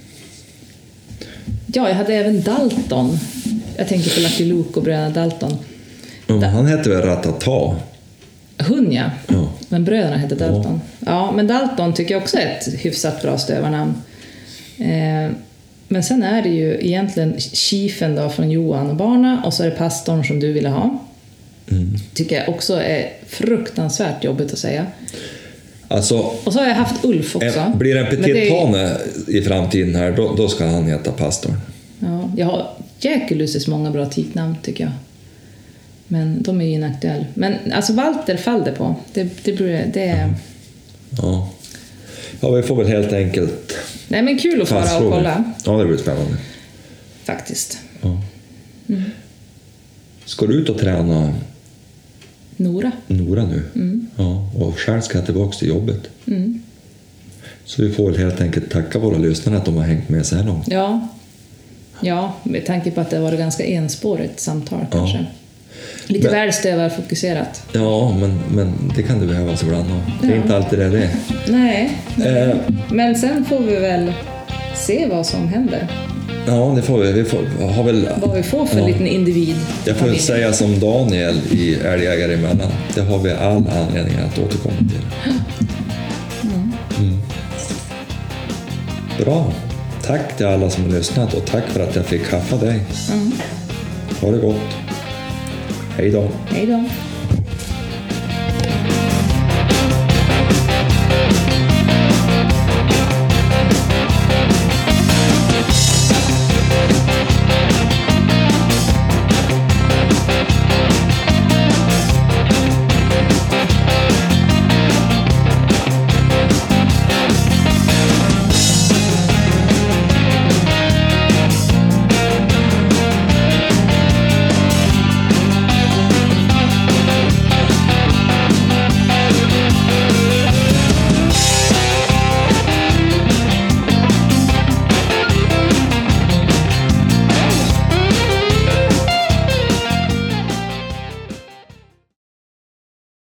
ja, jag hade även Dalton. Jag tänker på Lucky Luke och bröderna Dalton. Ja, han heter väl Ratata? Hund, ja. Ja. Men bröderna heter Dalton. Ja. ja, men Dalton tycker jag också är ett hyfsat bra stövarnamn. Eh, men sen är det ju egentligen chiefen då från Johan och Barna, och så är det pastorn som du ville ha. Mm. Tycker jag också är fruktansvärt jobbigt att säga. Alltså, och så har jag haft Ulf också. En, blir det en petit pane i framtiden här, då, då ska han heta pastorn. Ja, jag har jäkulusis många bra tiknamn tycker jag. Men de är ju inaktuella. Men alltså Walter faller på. Det, det, det, det är... Ja. Ja, vi får väl helt enkelt... Nej, men kul att fara och kolla. Ja, det blir spännande. Faktiskt. Ja. Mm. Ska du ut och träna Nora? Nora nu? Mm. Ja, och själv ska jag tillbaka till jobbet. Mm. Så vi får väl helt enkelt tacka våra lyssnare att de har hängt med så här långt. Ja. Ja, med tanke på att det var ett ganska enspårigt samtal kanske. Ja. Lite väl stövarfokuserat. Ja, men, men det kan du behöva så ibland. Det är ja. inte alltid det det. Nej, eh. men sen får vi väl se vad som händer. Ja, det får vi. Vi får, har väl, vad vi får för ja. liten individ. Jag får säga som Daniel i Älgjägare emellan. Det har vi all anledning att återkomma till. Mm. Mm. Bra. Tack till alla som har lyssnat och tack för att jag fick kaffa dig. Mm. Ha det gott. Hej då. Hej då.